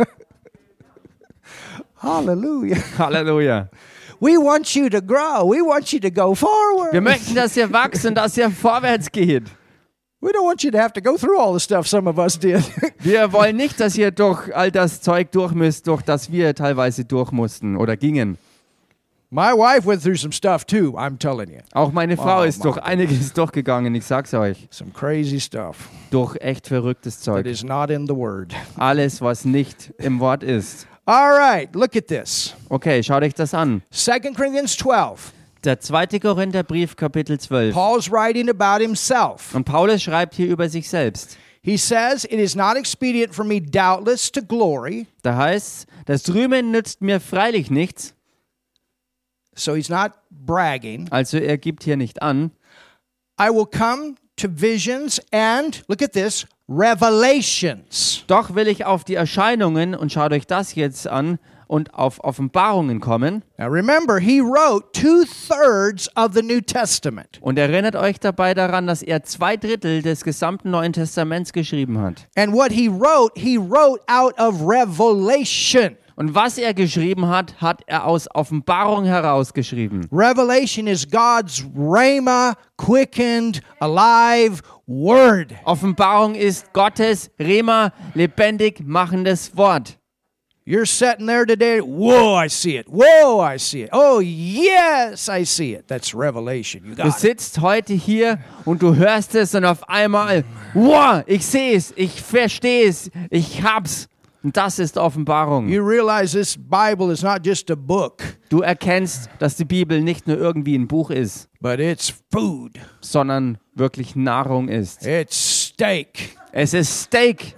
Hallelujah. Halleluja. We want you to grow. We want you to go forward. Wir möchten, dass ihr wachst und dass ihr vorwärts geht. We don't want you to have to go through all the stuff some of us did. Wir wollen nicht, dass ihr durch all das Zeug durch müsst, durch das wir teilweise durch mussten oder gingen. My wife went through some stuff too, I'm telling you. Auch meine Frau Oh, ist durch einiges durchgegangen, ich sag's euch. Some crazy stuff Durch echt verrücktes that Zeug. is not in the Word. Alles, was nicht im Wort ist. All right, look at this. Okay, schaut euch das an. 2 Corinthians 12. Der 2. Korintherbrief, Kapitel 12. Paul's writing about himself. Und Paulus schreibt hier über sich selbst. He says, "It is not expedient for me doubtless to glory." Da heißt, das Rühmen nützt mir freilich nichts. So he's not bragging. Also er gibt hier nicht an. I will come to visions and, look at this, revelations. Doch will ich auf die Erscheinungen, und schaut euch das jetzt an, und auf Offenbarungen kommen. Now remember, he wrote 2/3 of the New Testament. Und erinnert euch dabei daran, dass er 2/3 des gesamten Neuen Testaments geschrieben hat. And what he wrote out of revelation. Und was er geschrieben hat, hat er aus Offenbarung herausgeschrieben. Revelation is God's rhema, quickened, alive word. Offenbarung ist Gottes Rema, lebendig machendes Wort. You're sitting there today, whoa, I see it. Whoa, I see it. Oh, yes, I see it. That's revelation. You Du got it. sitzt heute hier und du hörst es und auf einmal, wow, ich sehe es, ich verstehe es, ich hab's. Und das ist Offenbarung. You realize this Bible is not just a book, Du erkennst, dass die Bibel nicht nur irgendwie ein Buch ist, but it's food. sondern wirklich Nahrung ist. It's steak. Es ist Steak.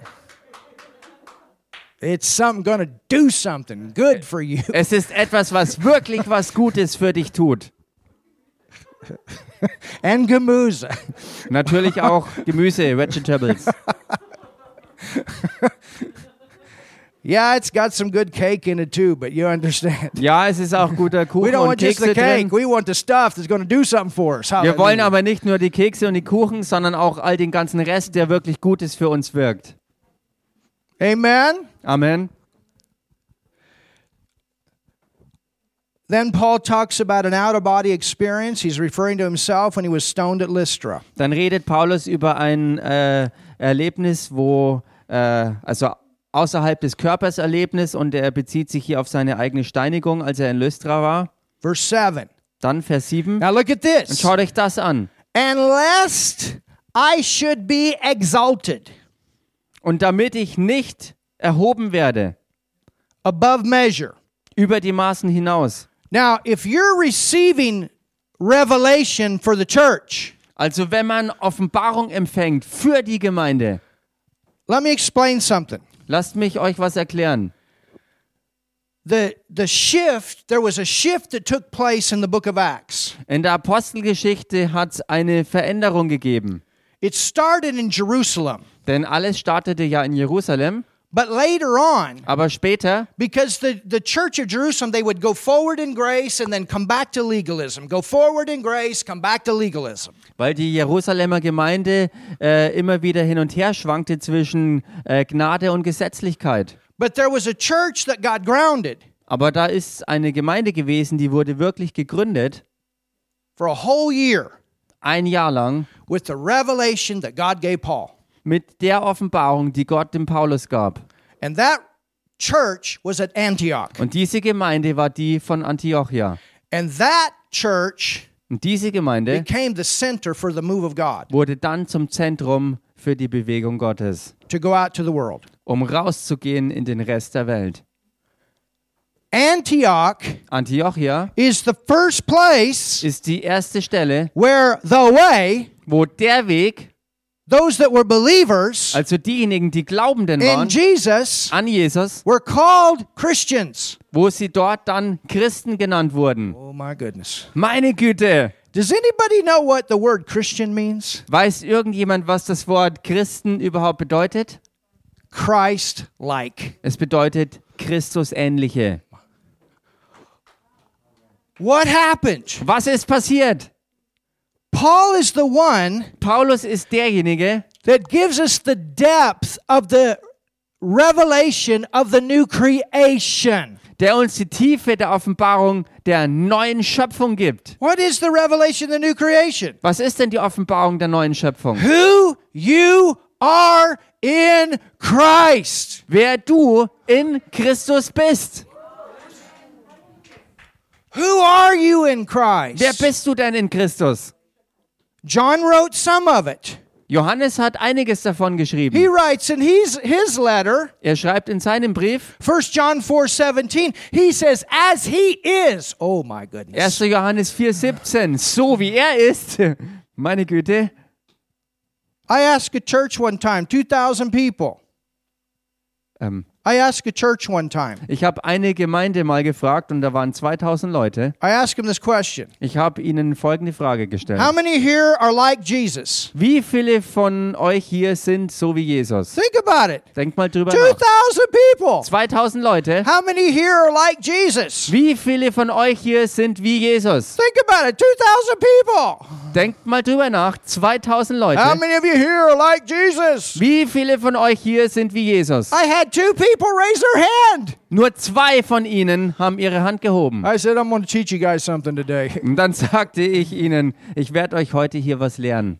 It's something going to do something good for you. Es ist etwas, was wirklich was Gutes für dich tut. And Gemüse. Natürlich auch Gemüse, Vegetables. Yeah, it's got some good cake in it too, but you understand. Ja, es ist auch guter We Kuchen don't und want just the Kekse cake. drin. We want the stuff that's going to do something for us. Wir wollen Hallelujah. aber nicht nur die Kekse und die Kuchen, sondern auch all den ganzen Rest, der wirklich Gutes für uns wirkt. Amen. Amen. Then Paul talks about an out-of-body experience. He's referring to himself when he was stoned at Lystra. Dann redet Paulus über ein Erlebnis, also außerhalb des Körpers Erlebnis, und er bezieht sich hier auf seine eigene Steinigung, als er in Lystra war. Verse 7. Dann Vers 7. Now look at Und this. schaut euch das an. And lest I should be exalted Und damit ich nicht erhoben werde, above measure. über die Maßen hinaus. Now, if you're receiving revelation for the church, Also wenn man Offenbarung empfängt für die Gemeinde, let me explain something. lasst mich euch was erklären. The shift, there was a shift that took place in the book of Acts. In der Apostelgeschichte hat es eine Veränderung gegeben. It started in Jerusalem, Denn alles startete ja in Jerusalem, but later on, aber später, because the church of Jerusalem, they would go forward in grace and then come back to legalism. Go forward in grace, come back to legalism. weil die Jerusalemer Gemeinde immer wieder hin und her schwankte zwischen Gnade und Gesetzlichkeit. But there was a church that got grounded Aber da ist eine Gemeinde gewesen, die wurde wirklich gegründet, for a whole year ein Jahr lang, with the revelation that God gave Paul. mit der Offenbarung, die Gott dem Paulus gab. And that church was at Antioch. Und diese Gemeinde war die von Antiochia. And that church Und diese Gemeinde became the center for the move of God wurde dann zum Zentrum für die Bewegung Gottes, to go out to the world. um rauszugehen in den Rest der Welt. Antioch Antiochia is the first place ist die erste Stelle, where the way, wo der Weg, those that were believers also diejenigen, die Glaubenden in waren, Jesus, an Jesus, were called Christians. wo sie dort dann Christen genannt wurden. Oh my goodness. Meine Güte! Does anybody know what the word Christian means? Weiß irgendjemand, was das Wort Christen überhaupt bedeutet? Christ-like. Es bedeutet Christusähnliche. What happened? Was ist passiert? Paul is the one Paulus ist derjenige, that gives us the depth of the revelation of the new creation. der uns die Tiefe der Offenbarung der neuen Schöpfung gibt. What is the revelation of the new creation? Was ist denn die Offenbarung der neuen Schöpfung? Who you are in Christ. Wer du in Christus bist. Who are you in Christ? Wer bist du denn in Christus? John wrote some of it. Johannes hat einiges davon He geschrieben. writes in his letter, Er schreibt in seinem Brief, 1 John 4:17, he says, as he is, oh my goodness, 1. Johannes 4,17, so wie er ist, meine Güte, I asked a church one time, 2,000 people. I asked a church one time. Ich habe eine Gemeinde mal gefragt und da waren 2000 Leute. I asked them this question. Ich habe ihnen folgende Frage gestellt. How many here are like Jesus? Wie viele von euch hier sind so wie Jesus? Think about it. Denkt mal drüber nach. 2,000 people. 2000 Leute. How many here are like Jesus? Wie viele von euch hier sind wie Jesus? Think about it. 2,000 people. Denkt mal drüber nach. 2000 Leute. How many of you here are like Jesus? Wie viele von euch hier sind wie Jesus? I had 2 people raise their hand. Nur 2 von ihnen haben ihre Hand gehoben. I said, I'm going to teach you guys something today. Und dann sagte ich ihnen, ich werde euch heute hier was lernen.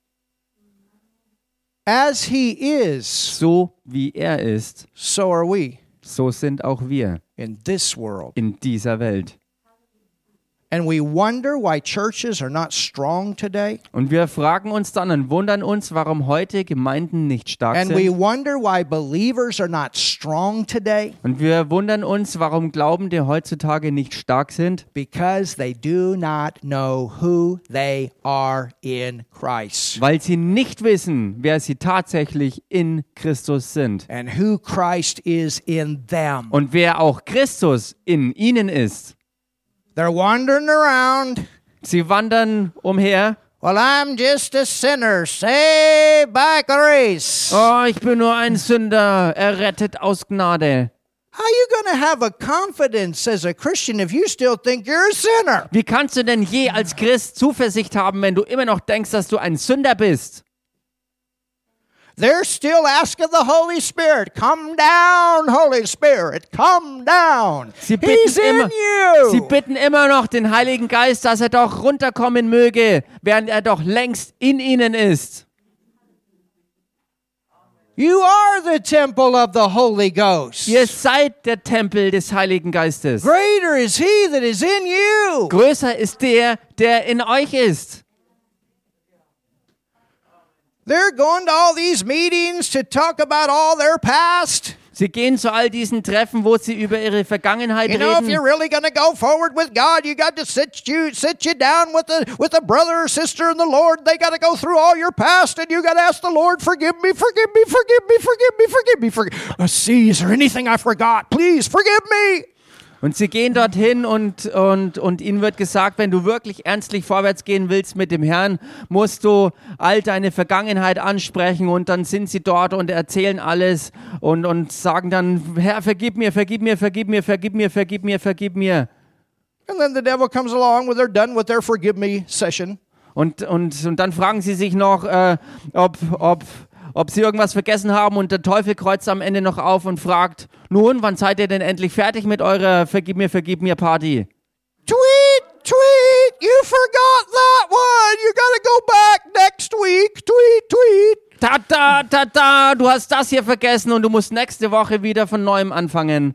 As he is, So wie er ist, so are we so sind auch wir in this world. in dieser Welt. And we wonder why churches are not strong today. Und wir fragen uns dann und wundern uns, warum heute Gemeinden nicht stark And we sind. wonder why believers are not strong today. Und wir wundern uns, warum Glaubende heutzutage nicht stark sind. Because they do not know who they are in Christ. Weil sie nicht wissen, wer sie tatsächlich in Christus sind. And who Christ is in them. Und wer auch Christus in ihnen ist. They're wandering around. Sie wandern umher. Well, I'm just a sinner, saved by grace. Oh, ich bin nur ein Sünder, errettet aus Gnade. How are you going to have a confidence as a Christian if you still think you're a sinner? Wie kannst du denn je als Christ Zuversicht haben, wenn du immer noch denkst, dass du ein Sünder bist? They're still asking the Holy Spirit, come down, Holy Spirit, come down. Sie He's in you. bitten immer noch den Heiligen Geist, dass er doch runterkommen möge, während er doch längst in ihnen ist. You are the temple of the Holy Ghost. Ihr seid der Tempel des Heiligen Geistes. Greater is he that is in you. Größer ist der, der in euch ist. They're going to all these meetings to talk about all their past. Sie gehen zu all diesen Treffen, wo sie über ihre Vergangenheit You know, if reden. you're really going to go forward with God, you got to sit you down with a brother or sister in the Lord. They got to go through all your past, and you got to ask the Lord, forgive me, forgive me, forgive me, forgive me, forgive me, forgive me. See, is there anything I forgot? Please forgive me. Und sie gehen dorthin und ihnen wird gesagt, wenn du wirklich ernstlich vorwärts gehen willst mit dem Herrn, musst du all deine Vergangenheit ansprechen und dann sind sie dort und erzählen alles und sagen dann, Herr, vergib mir, vergib mir, vergib mir, vergib mir, vergib mir, vergib mir. And then the devil comes along when they're done with their forgive me session. Und dann fragen sie sich noch, ob sie irgendwas vergessen haben und der Teufel kreuzt am Ende noch auf und fragt, nun, wann seid ihr denn endlich fertig mit eurer Vergib mir Party? Tweet, you forgot that one. You gotta go back next week. Tweet. Du hast das hier vergessen und du musst nächste Woche wieder von Neuem anfangen.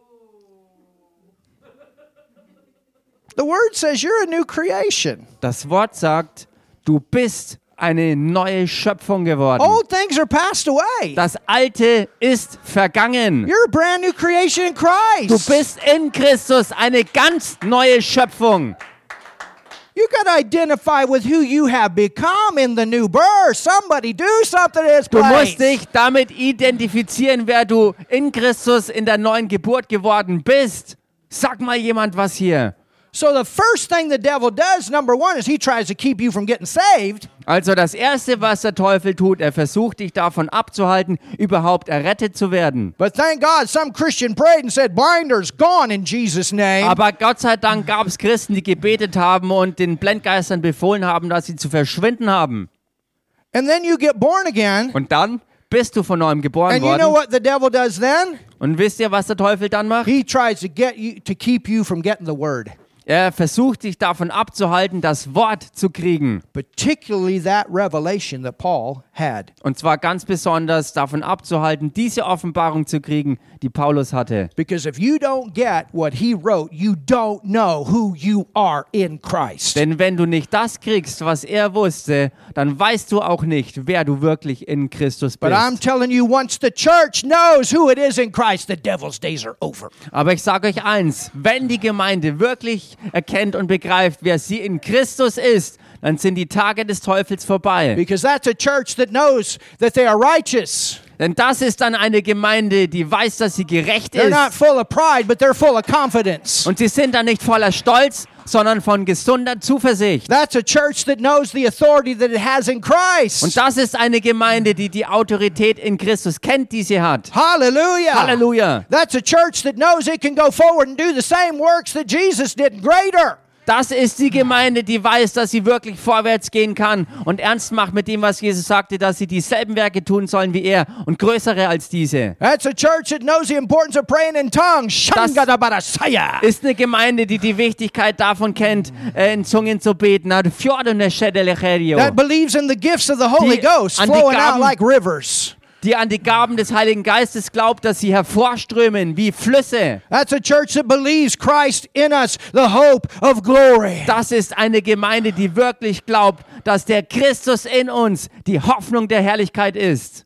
The word says you're a new creation. Das Wort sagt, du bist eine neue Schöpfung geworden. Old things are passed away. Das Alte ist vergangen. You're a brand new creation in Christ. Du bist in Christus eine ganz neue Schöpfung. You got to identify with who you have become in the new birth. Somebody do something in this Du place. musst dich damit identifizieren, wer du in Christus in der neuen Geburt geworden bist. Sag mal jemand was hier. So the first thing the devil does, number one, is he tries to keep you from getting saved. Also das Erste, was der Teufel tut, er versucht dich davon abzuhalten, überhaupt errettet zu werden. But thank God some Christian prayed and said, blinders gone in Jesus' name. Aber Gott sei Dank gab es Christen, die gebetet haben und den Blendgeistern befohlen haben, dass sie zu verschwinden haben. And then you get born again. Und dann bist du von neuem geboren And you know worden. what the devil does then? Und wisst ihr, was der Teufel dann macht? He tries to get you to keep you from getting the word. Er versucht dich davon abzuhalten, das Wort zu kriegen. Particularly that revelation that Paul had. Und zwar ganz besonders davon abzuhalten, diese Offenbarung zu kriegen, die Paulus hatte. Because if you don't get what he wrote, you don't know who you are in Christ. Denn wenn du nicht das kriegst, was er wusste, dann weißt du auch nicht, wer du wirklich in Christus But I'm bist. telling you, once the church knows who it is in Christ, the devil's days are over. Aber ich sage euch eins, wenn die Gemeinde wirklich erkennt und begreift, wer sie in Christus ist, dann sind die Tage des Teufels vorbei. Because that's a church that knows that they are righteous. Denn das ist dann eine Gemeinde, die weiß, dass sie gerecht They're not ist. full of pride, but they're full of confidence. Und sie sind dann nicht voller Stolz, sondern von gesunder Zuversicht. That's a church that knows the authority that it has in Christ. Und das ist eine Gemeinde, die die Autorität in Christus kennt, die sie hat. Hallelujah. Halleluja. That's a church that knows it can go forward and do the same works that Jesus did and greater. Das ist die Gemeinde, die weiß, dass sie wirklich vorwärts gehen kann und ernst macht mit dem, was Jesus sagte, dass sie dieselben Werke tun sollen wie er und größere als diese. That's a church that knows the importance of praying in tongues. Shangadabadasaya. Ist eine Gemeinde, die die Wichtigkeit davon kennt, in Zungen zu beten. That believes in the gifts of the Holy Die Ghost an die flowing out Gaben- like rivers. Die an die Gaben des Heiligen Geistes glaubt, dass sie hervorströmen wie Flüsse. That's a church that believes Christ in us, the hope of glory. Das ist eine Gemeinde, die wirklich glaubt, dass der Christus in uns die Hoffnung der Herrlichkeit ist.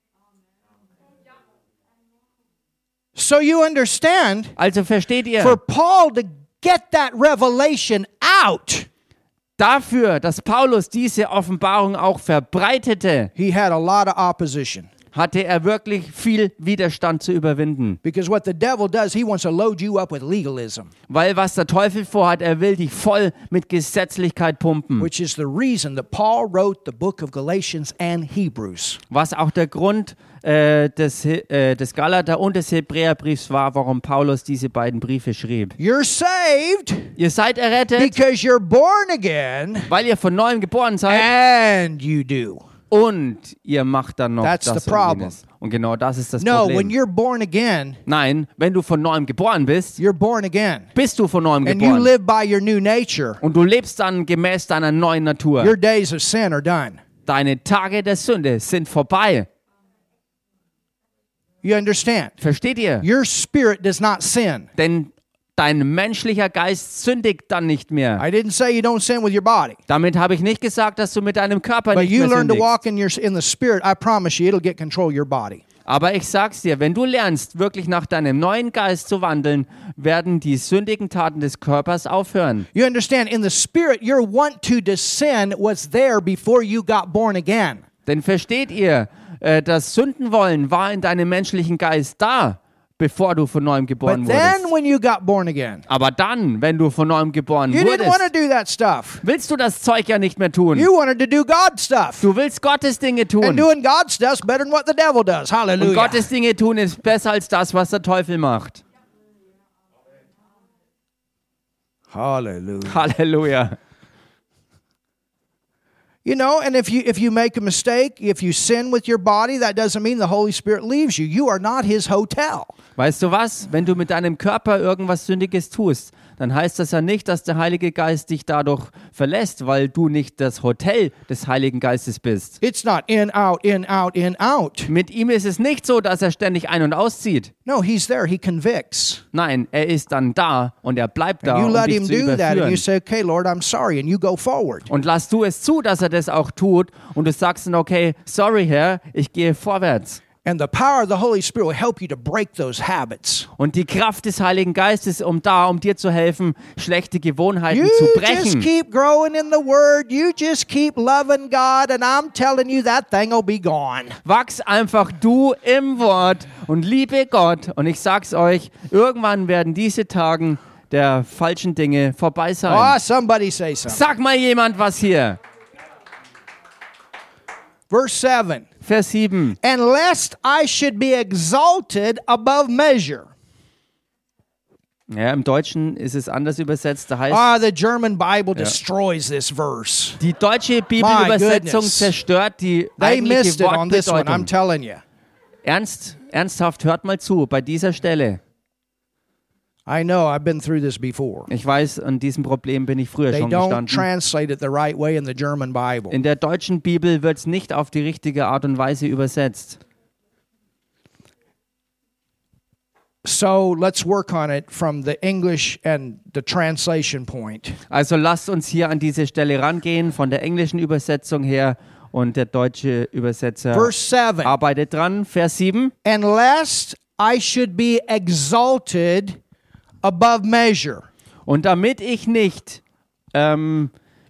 So you understand, Also versteht ihr, for Paul to get that revelation out, dafür, dass Paulus diese Offenbarung auch verbreitete, he had a lot of opposition. hatte er wirklich viel Widerstand zu überwinden. Because what the devil does, he wants to load you up with legalism, Weil was der Teufel vorhat, er will dich voll mit Gesetzlichkeit pumpen. which is the reason that Paul wrote the book of Galatians and Hebrews. Was auch der Grund des Galater- und des Hebräerbriefs war, warum Paulus diese beiden Briefe schrieb. You're saved Ihr seid errettet, because you're born again, weil ihr von Neuem geboren seid and you do. und ihr macht dann noch That's das the und problem. jenes. Und genau das ist das No, when Problem. you're born again, Nein, wenn du von Neuem geboren bist, you're born again. bist du von Neuem And you geboren. live by your new nature. Und du lebst dann gemäß deiner neuen Natur. Your days of sin are done. Deine Tage der Sünde sind vorbei. You understand? Versteht ihr? Your spirit does not sin. Denn dein menschlicher Geist sündigt dann nicht mehr. I didn't say you don't sin with your body. Damit habe ich nicht gesagt, dass du mit deinem Körper But nicht you mehr learn to sündigst. walk in the spirit, I promise you, it'll get control of your body. Aber ich sag's dir, wenn du lernst, wirklich nach deinem neuen Geist zu wandeln, werden die sündigen Taten des Körpers aufhören. You understand? In the spirit, your want to sin was there before you got born again. Denn versteht ihr, das Sündenwollen war in deinem menschlichen Geist da, bevor du von Neuem geboren But then wurdest. when you got born again, Aber dann, wenn du von Neuem geboren you didn't want to wurdest, do that stuff. willst du das Zeug ja nicht mehr tun. You wanted to do God's stuff. Du willst Gottes Dinge And tun. doing God's stuff's better than what the devil does. Und Hallelujah. Gottes Dinge tun ist besser als das, was der Teufel macht. Hallelujah. Halleluja. You know, and if you make a mistake, if you sin with your body, that doesn't mean the Holy Spirit leaves you. You are not his hotel. Weißt du was? Wenn du mit deinem Körper irgendwas Sündiges tust, dann heißt das ja nicht, dass der Heilige Geist dich dadurch verlässt, weil du nicht das Hotel des Heiligen Geistes bist. It's not in, out, in, out, in, out. Mit ihm ist es nicht so, dass er ständig ein- und auszieht. No, he's there. He convicts. Nein, er ist dann da und er bleibt da, And you um let dich him zu do that and you überführen. say, okay, Lord, I'm sorry, and you go forward. Und lass du es zu, dass er das auch tut und du sagst dann, okay, sorry Herr, ich gehe vorwärts. And the power of the Holy Spirit will help you to break those habits. Und die Kraft des Heiligen Geistes um dir zu helfen, schlechte Gewohnheiten You zu just brechen. keep growing in the Word. You just keep loving God, and I'm telling you, that thing will be gone. Wachs einfach du im Wort und liebe Gott. Und ich sag's euch, irgendwann werden diese Tagen der falschen Dinge vorbei sein. Oh, somebody say something. Sag mal jemand was hier. Verse 7. Vers 7. And lest I should be exalted above measure. Ja, im Deutschen ist es anders übersetzt. Da heißt, The German Bible destroys this verse. die deutsche Bibelübersetzung goodness. zerstört die They missed eigentliche it on this one, I'm Wortbedeutung. telling you. Ernsthaft, hört mal zu, bei dieser Stelle. I know, I've been through this before. Ich weiß, an diesem Problem bin ich früher They schon don't gestanden. translate it the right way in the German Bible. In der deutschen Bibel wird es nicht auf die richtige Art und Weise übersetzt. So let's work on it from the English and the translation point. Also lasst uns hier an diese Stelle rangehen, von der englischen Übersetzung her, und der deutsche Übersetzer Verse 7. arbeitet dran. Vers 7. And lest I should be exalted above measure. Und damit ich nicht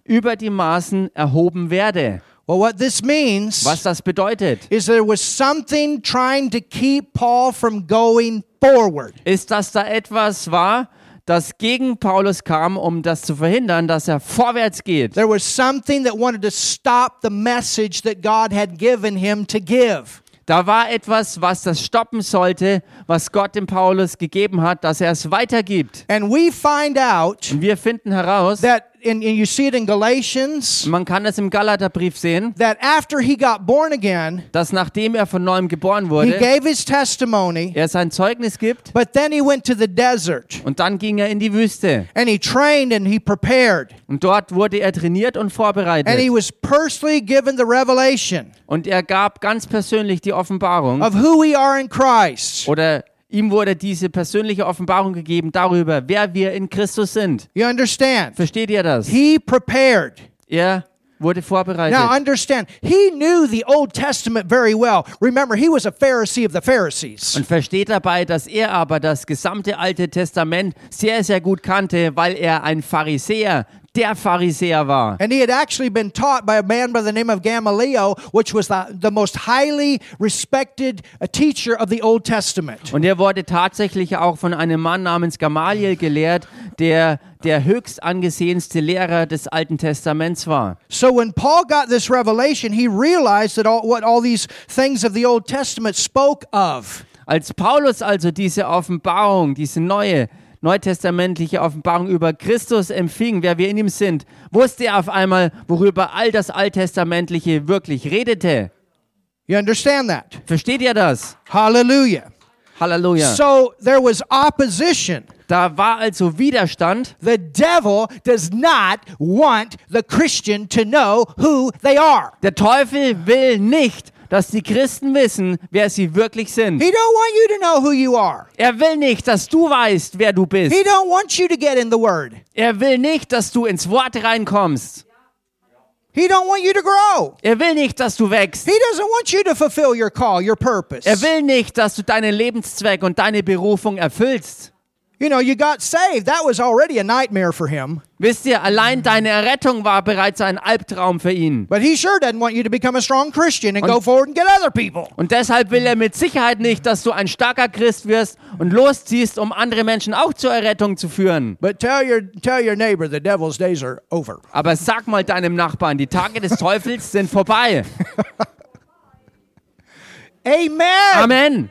über die Maßen erhoben werde. Well, what this means Was das bedeutet, is there was something trying to keep Paul from going forward. ist, dass da etwas war, das gegen Paulus kam, um das zu verhindern, dass er vorwärts geht. There was something that wanted to stop the message that God had given him to give. Da war etwas, was das stoppen sollte, was Gott dem Paulus gegeben hat, dass er es weitergibt. And we find out Und wir finden heraus, that, and you see it in Galatians, man kann es im Galaterbrief sehen, that after he got born again, dass nachdem er von neuem geboren he wurde, gave his testimony, er sein Zeugnis gibt but then he went to the desert und dann ging er in die Wüste. and he trained and he prepared. Und dort wurde er trainiert und And he vorbereitet. was personally given the revelation Und er gab ganz persönlich die Offenbarung of who we are in Christ. oder ihm wurde diese persönliche Offenbarung gegeben darüber, wer wir in Christus sind. You understand? Versteht ihr das? He prepared. Er wurde vorbereitet. Now understand, he knew the Old Testament very well. Remember, he was a Pharisee of the Pharisees. Und versteht dabei, dass er aber das gesamte Alte Testament sehr, sehr gut kannte, weil er ein Pharisäer, der Pharisäer war. And he had actually been taught by a man by the name of Gamaliel, which was the most highly respected teacher of the Old Testament. Und er wurde tatsächlich auch von einem Mann namens Gamaliel gelehrt, der höchst angesehenste Lehrer des Alten Testaments war. So when Paul got this revelation, he realized that what all these things of the Old Testament spoke of. Als Paulus also diese Offenbarung, diese neutestamentliche Offenbarung über Christus empfing, wer wir in ihm sind, wusste er auf einmal, worüber all das Alttestamentliche wirklich redete. You understand that? Versteht ihr das? Hallelujah. Halleluja. So there was opposition. Da war also Widerstand. The devil does not want the Christian to know who they are. Der Teufel will nicht, dass die Christen wissen, wer sie wirklich sind. He don't want you to know who you are. Er will nicht, dass du weißt, wer du bist. He don't want you to get in the Word. Er will nicht, dass du ins Wort reinkommst. He don't want you to grow. Er will nicht, dass du wächst. He doesn't want you to fulfill your call, your purpose. Er will nicht, dass du deinen Lebenszweck und deine Berufung erfüllst. You know, you got saved. That was already a nightmare for him. Wisst ihr, allein deine Errettung war bereits ein Albtraum für ihn. But he sure doesn't want you to become a strong Christian and go forward and get other people. Und deshalb will er mit Sicherheit nicht, dass du ein starker Christ wirst und losziehst, um andere Menschen auch zur Errettung zu führen. But tell your neighbor the devil's days are over. Aber sag mal deinem Nachbarn, die Tage des Teufels sind vorbei. Amen. Amen.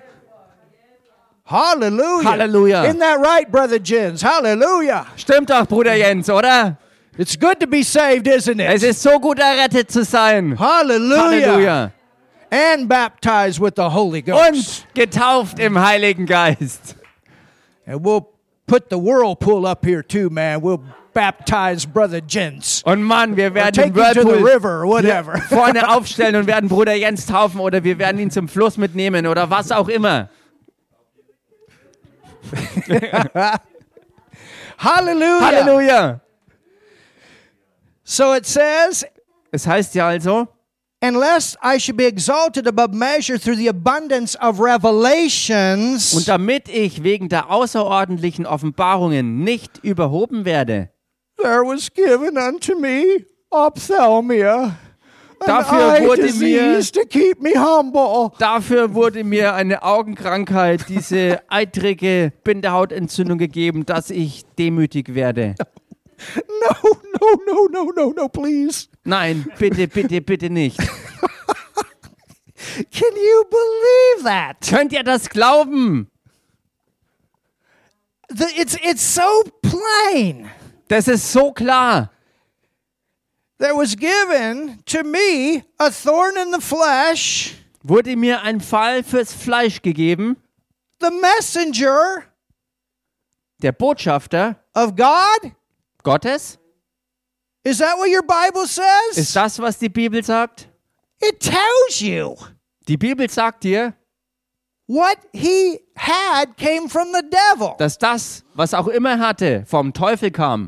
Hallelujah. Hallelujah. Isn't that right, Brother Jens? Hallelujah. Stimmt doch, Bruder Jens, oder? It's good to be saved, isn't Es it? ist so gut, errettet zu sein. Hallelujah. Halleluja. And baptized with the Holy Ghost. Und getauft im Heiligen Geist. And we'll put the whirlpool up here too, man. We'll baptize Brother Jens. Und Mann, wir Or werden take den him to the Whirlpool river or whatever. vorne aufstellen und werden Bruder Jens taufen oder wir werden ihn zum Fluss mitnehmen oder was auch immer. Hallelujah. Halleluja. So it says, Es heißt ja also, and lest I should be exalted above measure through the abundance of revelations. und damit ich wegen der außerordentlichen Offenbarungen nicht überhoben werde, There was given unto me ophthalmia, an Dafür eye wurde disease to keep me humble. dafür wurde mir eine Augenkrankheit, diese eitrige Bindehautentzündung gegeben, dass ich demütig werde. No, please. Nein, bitte, bitte, bitte nicht. Can you believe that? Könnt ihr das glauben? It's so plain. Das ist so klar. There was given to me a thorn in the flesh, Wurde mir ein Pfahl fürs Fleisch gegeben, the messenger der Botschafter of God. Gottes. Is that what your Bible says? Ist das, was die Bibel sagt? It tells you Die Bibel sagt dir, what he had came from the devil. dass das, was auch immer er hatte, vom Teufel kam.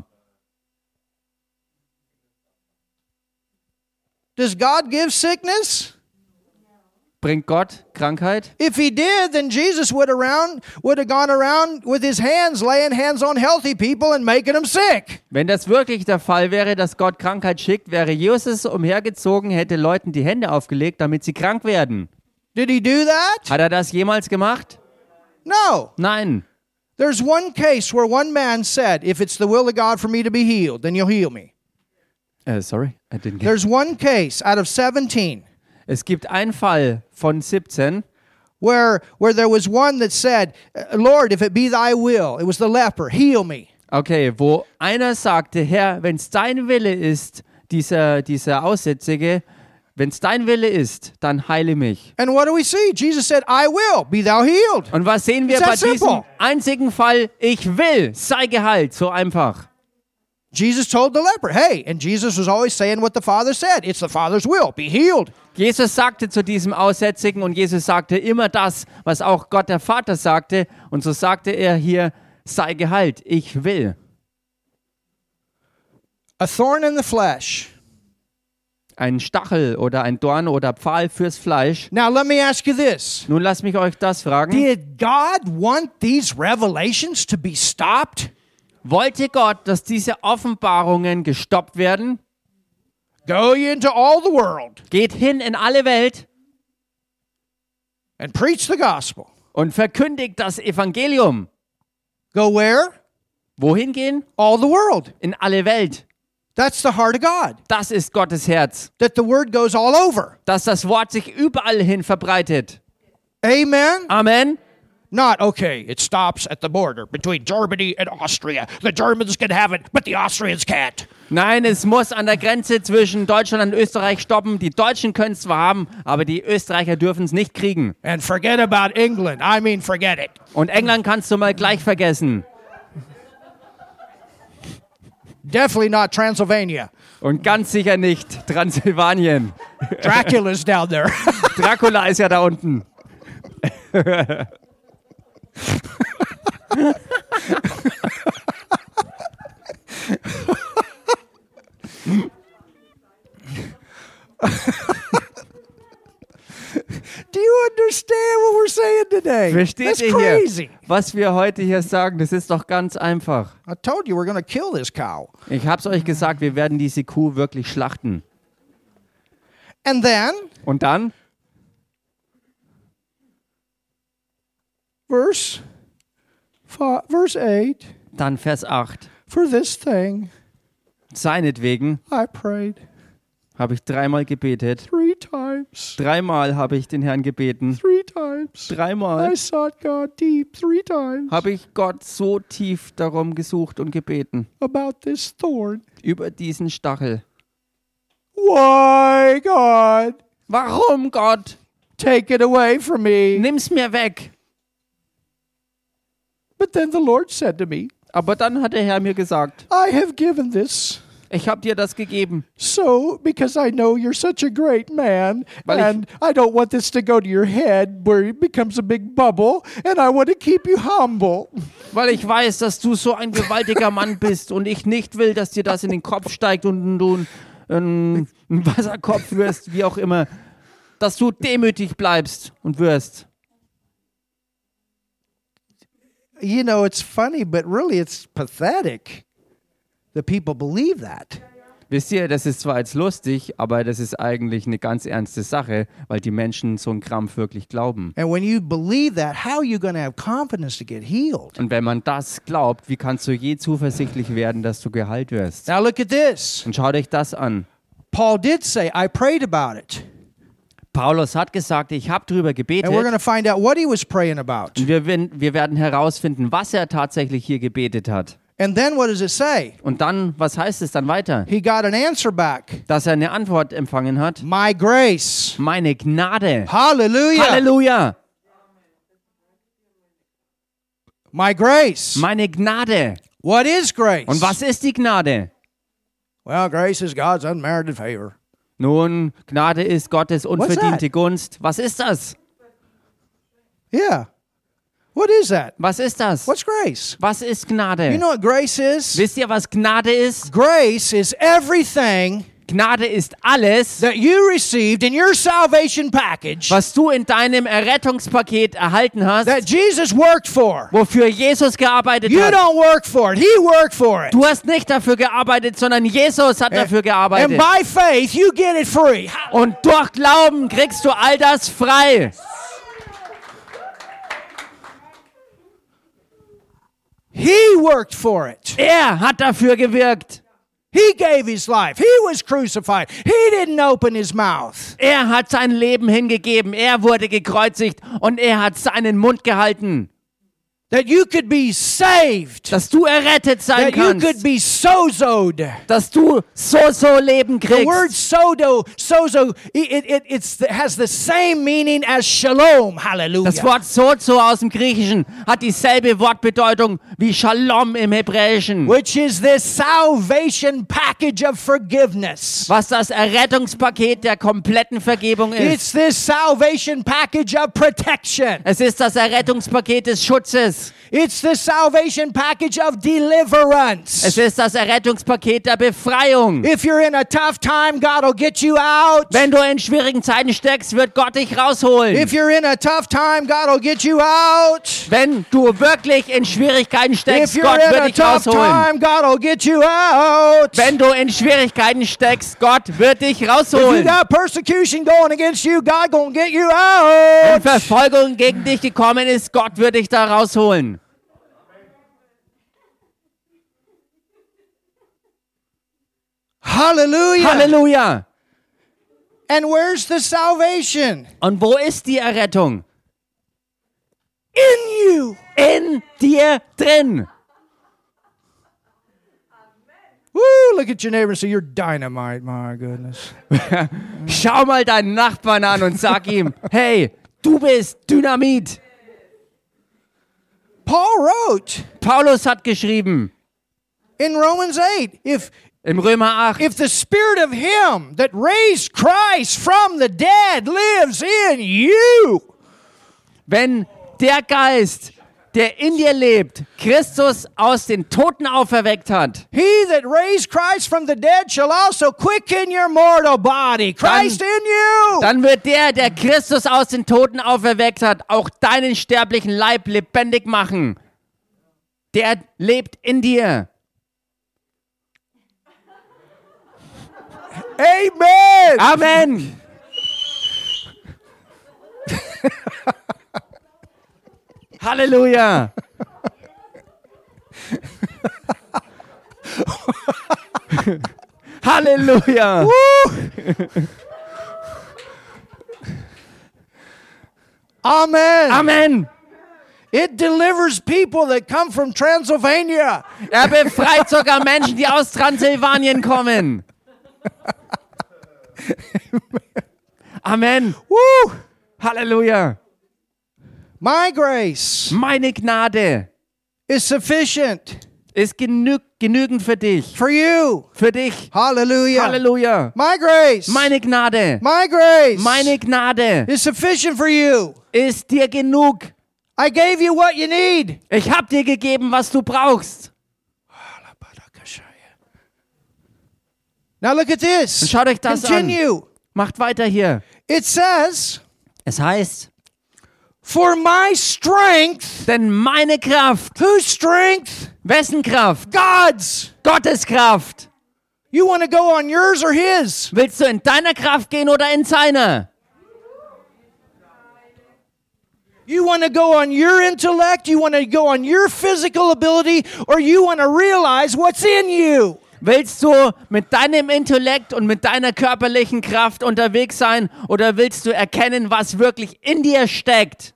Does God give sickness? Bringt Gott Krankheit? If he did, then Jesus would have gone around with his hands, laying hands on healthy people and making them sick. Wenn das wirklich der Fall wäre, dass Gott Krankheit schickt, wäre Jesus umhergezogen, hätte Leuten die Hände aufgelegt, damit sie krank werden. Did he do that? Hat er das jemals gemacht? No. Nein. There's one case where one man said, if it's the will of God for me to be healed, then you'll heal me. Sorry, I didn't get. There's one case out of 17 Es gibt einen Fall von 17, where there was one that said, Lord, if it be thy will, it was the leper, heal me. okay, wo einer sagte, Herr, wenn es dein Wille ist, dieser Aussätzige, wenn es dein Wille ist, dann heile mich. And what do we see? Jesus said, I will, be thou healed. Und was sehen wir It's bei that simple. diesem einzigen Fall? Ich will, sei geheilt, so einfach. Jesus told the leper, hey, and Jesus was always saying what the Father said. It's the Father's will, be healed. Jesus sagte zu diesem Aussätzigen und Jesus sagte immer das, was auch Gott der Vater sagte. Und so sagte er hier, sei geheilt, ich will. A thorn in the flesh. Ein Stachel oder ein Dorn oder Pfahl fürs Fleisch. Now let me ask you this. Nun lasst mich euch das fragen. Did God want these revelations to be stopped? Wollte Gott, dass diese Offenbarungen gestoppt werden? Go ye into all the world Geht hin in alle Welt and preach the gospel. und verkündigt das Evangelium. Go where? Wohin gehen? All the world. In alle Welt. That's the heart of God. Das ist Gottes Herz. That the word goes all over. Dass das Wort sich überall hin verbreitet. Amen? Amen. Not, okay, it stops at the border between Germany and Austria. The Germans can have it, but the Austrians can't. Nein, es muss an der Grenze zwischen Deutschland und Österreich stoppen. Die Deutschen können es zwar haben, aber die Österreicher dürfen es nicht kriegen. And forget about England. I mean, forget it. Und England kannst du mal gleich vergessen. Definitely not Transylvania. Und ganz sicher nicht Transsilvanien. Dracula's down there. Dracula ist ja da unten. Do you understand what we're saying today? Versteht That's ihr crazy. hier, was wir heute hier sagen? Das ist doch ganz einfach. I told you we're going to kill this cow. Ich hab's euch gesagt, wir werden diese Kuh wirklich schlachten. And then, Und dann, verse 8, dann Vers 8. for this thing Seinetwegen I prayed habe ich 3-mal gebetet. 3 times. 3-mal habe ich den Herrn gebeten. 3 times. 3-mal I sought God deep 3 times habe ich Gott so tief darum gesucht und gebeten. about this thorn. Über diesen Stachel. Why, God? Warum, Gott? Take it away from me. Nimm's mir weg. But then the Lord said to me, Aber dann hat der Herr mir gesagt, I have given this ich habe dir das gegeben. so because I know you're such a great man, Weil ich- and I don't want this to go to your head where it becomes a big bubble, and I want to keep you humble. Weil ich weiß, dass du so ein gewaltiger Mann bist und ich nicht will, dass dir das in den Kopf steigt und du ein Wasserkopf wirst, wie auch immer. Dass du demütig bleibst und wirst. You know, it's funny, but really it's pathetic that people believe that. Wisst ihr, das ist zwar jetzt lustig, aber das ist eigentlich eine ganz ernste Sache, weil die Menschen so einen Krampf wirklich glauben. And when you believe that, how are you going to have confidence to get healed? Und wenn man das glaubt, wie kannst du je zuversichtlich werden, dass du geheilt wirst? Now look at this. Und schaut euch das an. Paul did say, I prayed about it. Paulus hat gesagt, ich habe darüber gebetet. And we're going to find out what he was praying about. Und wir werden herausfinden, was er tatsächlich hier gebetet hat. And then what does it say? Und dann, was heißt es dann weiter? He got an answer back. Dass er eine Antwort empfangen hat. My grace. Meine Gnade. Hallelujah. Halleluja. My grace. Meine Gnade. What is grace? Und was ist die Gnade? Well, grace is God's unmerited favor. Nun, Gnade ist Gottes that? unverdiente Gunst. Was ist das? Yeah. What is that? Was ist das? What's grace? Was ist Gnade? You know what grace is? Wisst ihr, was Gnade ist? Grace is everything Gnade ist alles, that you received in your salvation package was du in deinem Errettungspaket erhalten hast, that Jesus worked for. wofür Jesus gearbeitet You hat. don't work for it. He worked for it. Du hast nicht dafür gearbeitet, sondern Jesus hat dafür And gearbeitet. by faith, you get it free. Und durch Glauben kriegst du all das frei. He worked for it. Er hat dafür gewirkt. He gave his life. He was crucified. He didn't open his mouth. Er hat sein Leben hingegeben. Er wurde gekreuzigt und er hat seinen Mund gehalten, That you could be saved. dass du errettet sein That you could kannst, be sozoed. dass du so Leben The word kriegst. sozo, has the same meaning as shalom. Hallelujah. Das Wort Sozo aus dem Griechischen hat dieselbe Wortbedeutung wie Shalom im Hebräischen, Which is this salvation package of forgiveness. was das Errettungspaket der kompletten Vergebung ist. It's this salvation package of protection. Es ist das Errettungspaket des Schutzes. It's the salvation package of deliverance. Es ist das Errettungspaket der Befreiung. If you're in a tough time, God will get you out. Wenn du in schwierigen Zeiten steckst, wird Gott dich rausholen. If you're in a tough time, God will get you out. Wenn du wirklich in Schwierigkeiten If steckst, you're Gott in wird a dich tough rausholen. time, God will get you out. Wenn du in Schwierigkeiten steckst, Gott wird dich If you rausholen. got persecution going against you, God gonna get you Wenn out. Verfolgung gegen dich gekommen ist, Gott wird dich da rausholen. Hallelujah. Halleluja. And where's the salvation? Und wo ist die Errettung? In you. In dir drin. Woo, look at your neighbor and say, you're dynamite, my goodness. Schau mal deinen Nachbarn an und sag ihm, hey, du bist Dynamit. Paul wrote Paulus hat geschrieben in Romans 8, im Römer 8, if the spirit of him that raised Christ from the dead lives in you, wenn der Geist, der in dir lebt, Christus aus den Toten auferweckt hat, he that raised Christ from the dead shall also quicken your mortal body. Christ in you. dann wird der Christus aus den Toten auferweckt hat, auch deinen sterblichen Leib lebendig machen. Der lebt in dir. Amen. Amen. Halleluja. Halleluja. Amen. Amen. It delivers people that come from Transylvania. Er befreit sogar Menschen, die aus Transsilvanien kommen. Amen. Woo. Halleluja. My grace Meine Gnade is sufficient ist genügend für dich. for you. Für dich. Hallelujah. Halleluja. My grace. Meine Gnade. My grace Meine Gnade is sufficient for you. ist dir genug. I gave you what you need. Ich habe dir gegeben, was du brauchst. Now look at this. Und schaut euch das Continue. Macht weiter hier. It says, Es heißt, for my strength, denn meine Kraft, whose strength? wessen Kraft? God's. Gottes Kraft. You want to go on yours or his? Willst du in deiner Kraft gehen oder in seiner? You want to go on your intellect? You want to go on your physical ability? Or you want to realize what's in you? Willst du mit deinem Intellekt und mit deiner körperlichen Kraft unterwegs sein oder willst du erkennen, was wirklich in dir steckt?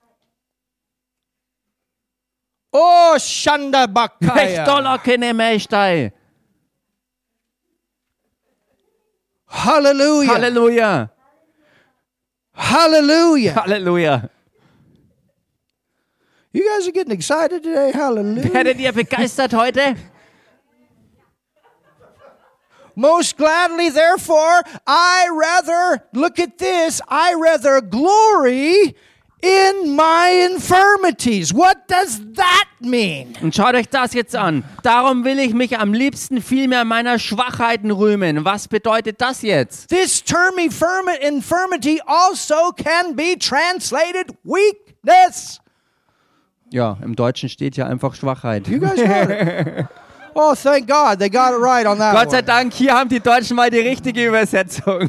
Oh, Shanda Bakaya. Mechtolokene Mechtai. Hallelujah. Halleluja. Hallelujah. Halleluja. You guys are getting excited today. Hallelujah. Werdet ihr begeistert heute? Most gladly, therefore, I rather, look at this, I rather glory in my infirmities. What does that mean? Und schaut euch das jetzt an. Darum will ich mich am liebsten vielmehr meiner Schwachheiten rühmen. Was bedeutet das jetzt? This term infirmity also can be translated weakness. Ja, im Deutschen steht ja einfach Schwachheit. You guys got it. Oh, thank God. They got it right on that Gott sei one. Dank, hier haben die Deutschen mal die richtige Übersetzung.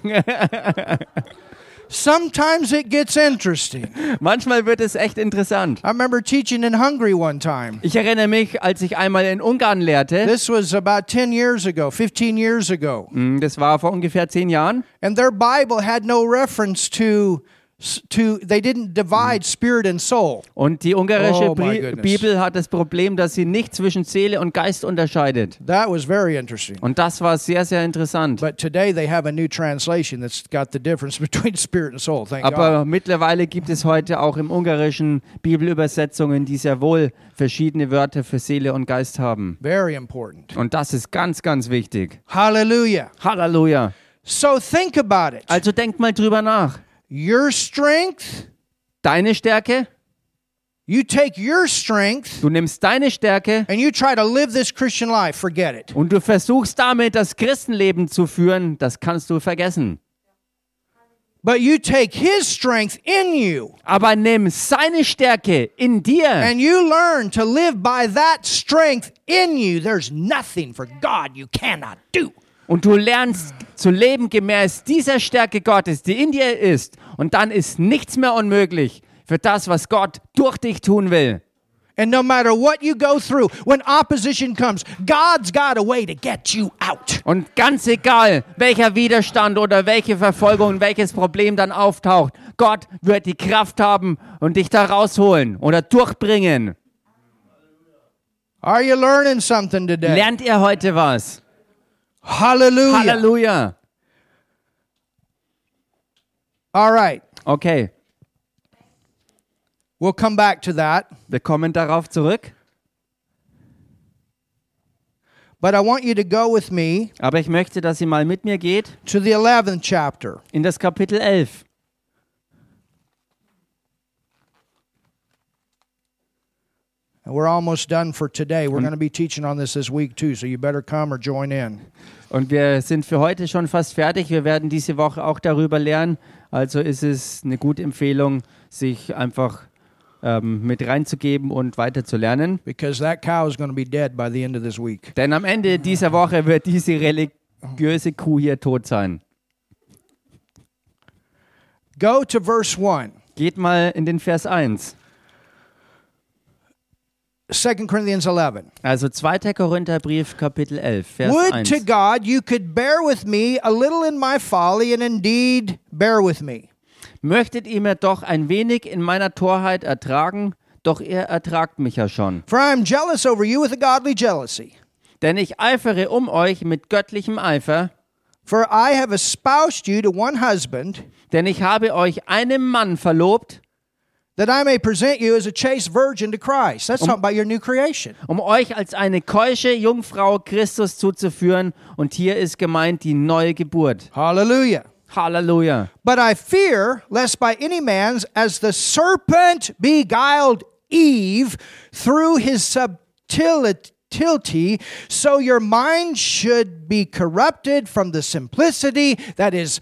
Sometimes it gets interesting. Manchmal wird es echt interessant. I remember teaching in Hungary one time. Ich erinnere mich, als ich einmal in Ungarn lehrte, This was about 10 years ago, 15 years ago. das war vor ungefähr 10 Jahren, And their Bible had no reference to they didn't divide spirit and soul. und die ungarische Oh, my goodness. Bibel hat das Problem, dass sie nicht zwischen Seele und Geist unterscheidet. That was very interesting. Und das war sehr, sehr interessant. But today they have a new translation that's got the difference between spirit and soul. Thank God. Aber mittlerweile gibt es heute auch im Ungarischen Bibelübersetzungen, die sehr wohl verschiedene Wörter für Seele und Geist haben. Very important. Und das ist ganz, ganz wichtig. Hallelujah. Halleluja. So think about it. Also denkt mal drüber nach. Your strength, Deine Stärke, you take your strength du nimmst deine Stärke and you try to live this Christian life. Forget it. und du versuchst damit das Christenleben zu führen, das kannst du vergessen. But you take his strength in you Aber nimm seine Stärke in dir and you learn to live by that strength in you. There's nothing for God you cannot do. und du lernst zu leben gemäß dieser Stärke Gottes, die in dir ist. Und dann ist nichts mehr unmöglich für das, was Gott durch dich tun will. And no matter what you go through, when opposition comes, God's got a way to get you out. Und ganz egal, welcher Widerstand oder welche Verfolgung, welches Problem dann auftaucht, Gott wird die Kraft haben und dich da rausholen oder durchbringen. Are you learning something today? Lernt ihr heute was? Hallelujah. Halleluja. All right. Okay, We'll come back to that. wir kommen darauf zurück. But I want you to go with me Aber ich möchte, dass ihr mal mit mir geht to the 11th chapter. in das Kapitel 11. And we're almost done for today. We're going to be teaching on this week too, so you better come or join in. Und wir sind für heute schon fast fertig. Wir werden diese Woche auch darüber lernen. Also ist es eine gute Empfehlung, sich einfach mit reinzugeben und weiter zu lernen. Because that cow is going to be dead by the end of this week. Denn am Ende dieser Woche wird diese religiöse Kuh hier tot sein. Go to verse 1. Geht mal in den Vers 1. 2 Corinthians 11. Also 2. Korintherbrief, Kapitel 11, Vers Would 1. to God you could bear with me a little in my folly, and indeed bear with me. Möchtet ihr mir doch ein wenig in meiner Torheit ertragen? Doch ihr ertragt mich ja schon. For I am jealous over you with a godly jealousy. Denn ich eifere um euch mit göttlichem Eifer, For I have espoused you to one husband, denn ich habe euch einem Mann verlobt, that I may present you as a chaste virgin to Christ. That's talking about your new creation. um euch als eine keusche Jungfrau Christus zuzuführen. Und hier ist gemeint die neue Geburt. Hallelujah. Halleluja. But I fear lest by any man's, as the serpent beguiled Eve through his subtlety, so your mind should be corrupted from the simplicity that is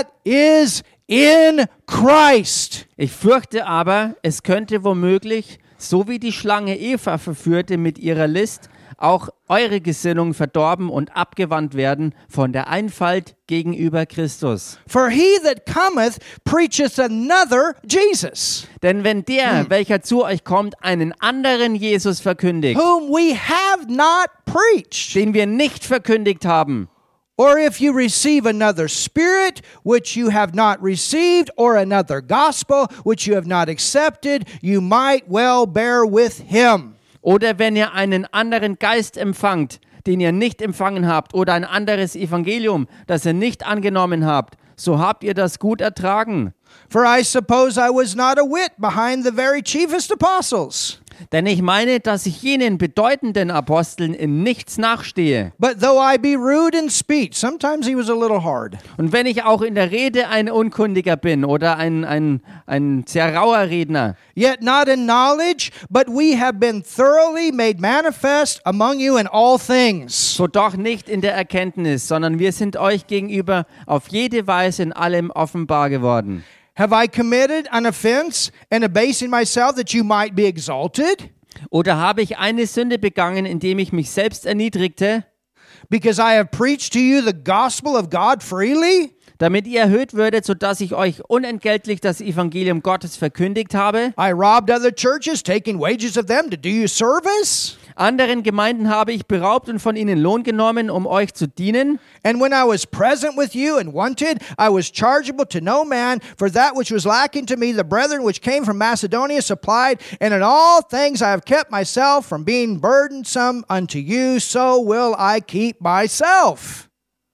in Christ. Ich fürchte aber, es könnte womöglich, so wie die Schlange Eva verführte mit ihrer List, auch eure Gesinnung verdorben und abgewandt werden von der Einfalt gegenüber Christus. For he that cometh preacheth another Jesus, Denn wenn der, welcher zu euch kommt, einen anderen Jesus verkündigt, whom we have not preached, den wir nicht verkündigt haben, or if you receive another spirit which you have not received, or another gospel which you have not accepted, you might well bear with him. oder wenn ihr einen anderen Geist empfangt, den ihr nicht empfangen habt, oder ein anderes Evangelium, das ihr nicht angenommen habt, so habt ihr das gut ertragen. For I suppose I was not a whit behind the very chiefest apostles. Denn ich meine, dass ich jenen bedeutenden Aposteln in nichts nachstehe. But though I be rude in speech, sometimes he was a little hard. Und wenn ich auch in der Rede ein Unkundiger bin oder ein sehr rauer Redner, Yet not in knowledge, but we have been thoroughly made manifest among you in all things. so doch nicht in der Erkenntnis, sondern wir sind euch gegenüber auf jede Weise in allem offenbar geworden. Have I committed an offense and abasing myself that you might be exalted? Oder habe ich eine Sünde begangen, indem ich mich selbst erniedrigte, Because I have preached to you the gospel of God freely? damit ihr erhöht würdet, sodass ich euch unentgeltlich das Evangelium Gottes verkündigt habe? I robbed other churches, taking wages of them to do you service? Anderen Gemeinden habe ich beraubt und von ihnen Lohn genommen, um euch zu dienen. And when I was present with you and wanted, I was chargeable to no man, for that which was lacking to me, the brethren which came from Macedonia supplied, and in all things I have kept myself from being burdensome unto you, so will I keep myself.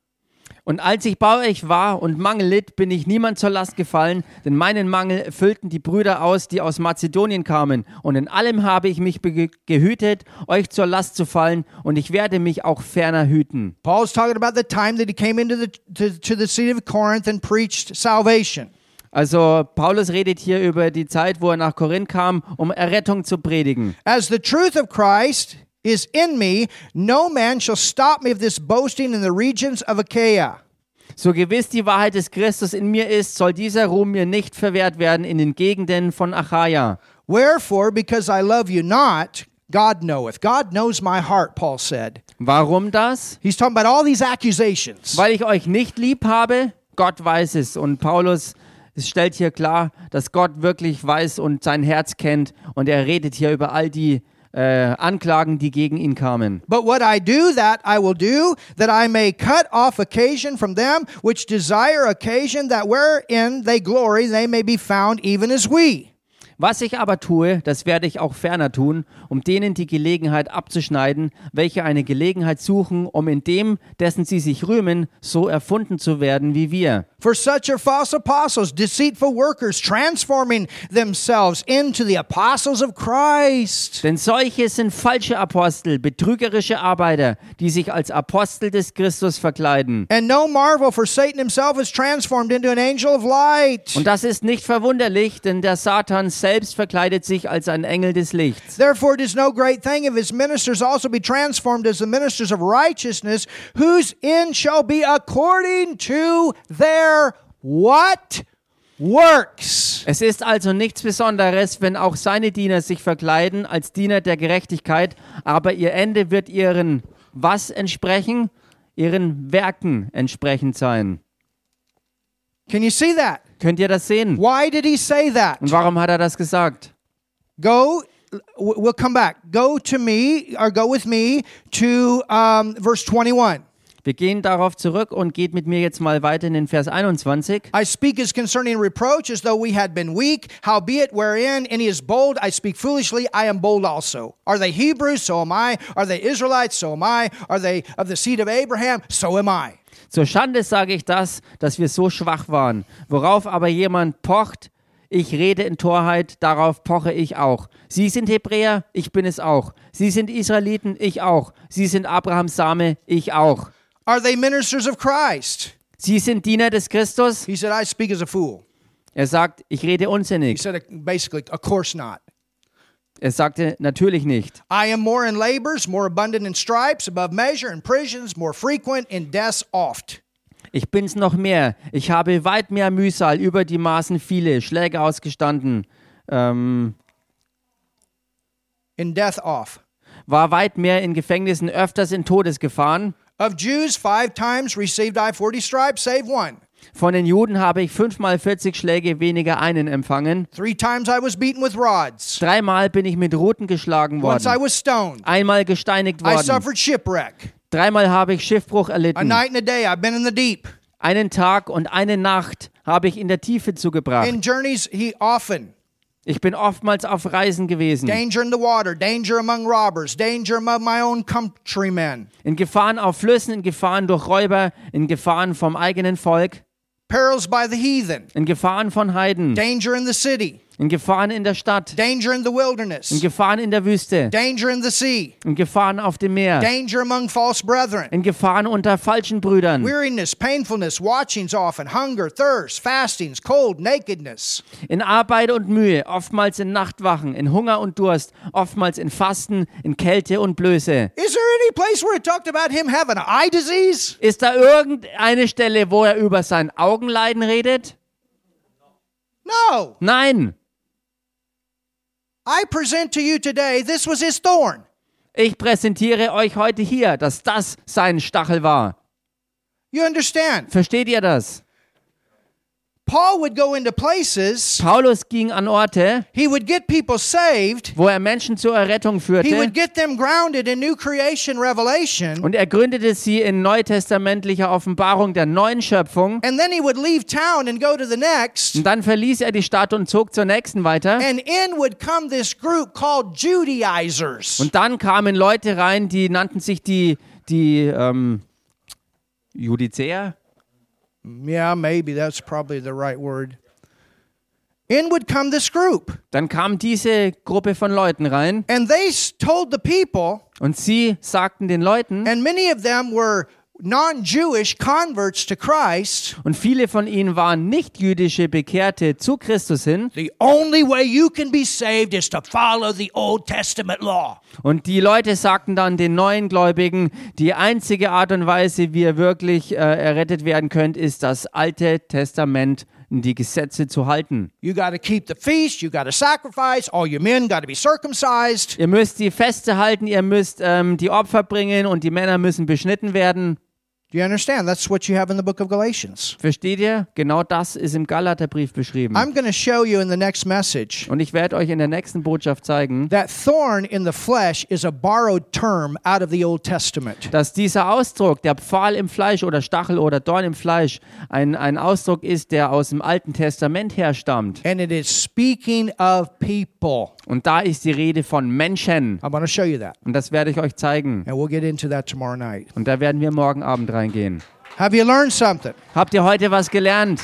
Und als ich bei euch war und Mangel litt, bin ich niemand zur Last gefallen, denn meinen Mangel füllten die Brüder aus, die aus Mazedonien kamen. Und in allem habe ich mich gehütet, euch zur Last zu fallen, und ich werde mich auch ferner hüten. Paul's talking about the time that he came into to the city of Corinth and preached salvation. Also Paulus redet hier über die Zeit, wo er nach Korinth kam, um Errettung zu predigen. As the truth of Christ is in me, no man shall stop me of this boasting in the regions of Achaia. So gewiss die Wahrheit des Christus in mir ist, soll dieser Ruhm mir nicht verwehrt werden in den Gegenden von Achaia. Wherefore, because I love you not, God knoweth. God knows my heart, Paul said. Warum das? He's talking about all these accusations. Weil ich euch nicht lieb habe? Gott weiß es. Und Paulus stellt hier klar, dass Gott wirklich weiß und sein Herz kennt. Und er redet hier über all die Anklagen, die gegen ihn kamen. But what I do, that I will do, that I may cut off occasion from them which desire occasion, that wherein they glory, they may be found even as we. Was ich aber tue, das werde ich auch ferner tun, um denen die Gelegenheit abzuschneiden, welche eine Gelegenheit suchen, um in dem, dessen sie sich rühmen, so erfunden zu werden wie wir. For such are false apostles, deceitful workers, transforming themselves into the apostles of Christ. Denn solche sind falsche Apostel, betrügerische Arbeiter, die sich als Apostel des Christus verkleiden. And no marvel, for Satan himself is transformed into an angel of light. Und das ist nicht verwunderlich, denn der Satan selbst verkleidet sich als ein Engel des Lichts. Therefore it is no great thing if his ministers also be transformed as the ministers of righteousness, whose end shall be according to their what? Works. Es ist also nichts Besonderes, wenn auch seine Diener sich verkleiden als Diener der Gerechtigkeit, aber ihr Ende wird ihren was entsprechen? Ihren Werken entsprechend sein. Can you see that? Könnt ihr das sehen? Why did he say that? Und warum hat er das gesagt? Go, we'll come back. Go to me, or go with me to verse 21. Wir gehen darauf zurück und geht mit mir jetzt mal weiter in den Vers 21. I speak as concerning reproach, as though we had been weak. Howbeit, wherein any is bold, I speak foolishly, I am bold also. Are they Hebrews? So am I. Are they Israelites? So am I. Are they of the seed of Abraham? So am I. Zur Schande sage ich das, dass wir so schwach waren. Worauf aber jemand pocht, ich rede in Torheit, darauf poche ich auch. Sie sind Hebräer, ich bin es auch. Sie sind Israeliten, ich auch. Sie sind Abrahams Same, ich auch. Are they ministers of Christ? Sie sind Diener des Christus. He said, I speak as a fool. Er sagt, ich rede He unsinnig. said, basically, of course not. Er sagte, natürlich nicht. I am more in labors, more abundant in stripes, above measure in prisons, more frequent in deaths oft. Ich bin's noch mehr. Ich habe weit mehr Mühsal, über die Maßen viele Schläge ausgestanden. In death oft. War weit mehr in Gefängnissen, öfters in Todesgefahren. Of Jews, 5 times received I 40 stripes, save one. Von den Juden habe ich 5-mal 40 Schläge, weniger einen empfangen. 3 times I was beaten with rods. 3-mal bin ich mit Ruten geschlagen Once I worden. was stoned. Einmal gesteinigt I worden. suffered shipwreck. 3-mal habe ich Schiffbruch A erlitten. night and a day I've been in the deep. Einen Tag und eine Nacht habe ich in der Tiefe zugebracht. In journeys he often. Ich bin oftmals auf Reisen gewesen. Danger in the water, danger among robbers, danger among my own countrymen. In Gefahren auf Flüssen, in Gefahren durch Räuber, in Gefahren vom eigenen Volk, Perils by the heathen, in Gefahren von Heiden, danger in the city. in Gefahren in der Stadt, danger in the in wilderness, Gefahren in der Wüste, danger in the sea, in Gefahren auf dem Meer, danger among false brethren, in Gefahren unter falschen Brüdern, weariness, painfulness, watchings often, hunger, thirst, fastings, cold, nakedness. in Arbeit und Mühe, oftmals in Nachtwachen, in Hunger und Durst, oftmals in Fasten, in Kälte und Blöße. Is there any place where it talked about him having eye disease? Ist da irgendeine Stelle, wo er über sein Augenleiden redet? No. Nein. I present to you today, this was his thorn. Ich präsentiere euch heute hier, dass das sein Stachel war. You understand? Versteht ihr das? Paul would go into places, Paulus ging an Orte, he would get people saved, wo er Menschen zur Errettung he führte, would get them grounded in new creation revelation, und er gründete sie in neutestamentlicher Offenbarung der neuen Schöpfung. and then he would leave town and go to the next, Und dann verließ er die Stadt und zog zur nächsten weiter. and in would come this group called Judaizers. Und dann kamen Leute rein, die nannten sich die Judizäer. Yeah, maybe that's probably the right word. In would come this group, Dann kam diese Gruppe von Leuten rein and they told the people, und sie sagten den Leuten, and many of them were non-Jewish converts to Christ, und viele von ihnen waren nicht-jüdische Bekehrte zu Christus hin, the only way you can be saved is to follow the Old Testament law. und die Leute sagten dann den neuen Gläubigen, die einzige Art und Weise, wie ihr wirklich errettet werden könnt, ist das Alte Testament, die Gesetze zu halten. You got to keep the feast, you got to sacrifice, all your men got to be circumcised. Ihr müsst die Feste halten, ihr müsst die Opfer bringen und die Männer müssen beschnitten werden. Do you understand? That's what you have in the book of Galatians. Versteht ihr? Genau das ist im Galaterbrief beschrieben. I'm going to show you in the next message Und ich werde euch in der nächsten Botschaft zeigen, that thorn in the flesh is a borrowed term out of the Old Testament. dass dieser Ausdruck, der Pfahl im Fleisch oder Stachel oder Dorn im Fleisch, ein Ausdruck ist, der aus dem Alten Testament herstammt. And it is speaking of people. Und da ist die Rede von Menschen. I'm going to show you that. Und das werde ich euch zeigen. And we'll get into that tomorrow night. Und da werden wir morgen Abend reingehen. Have you learned something? Habt ihr heute was gelernt?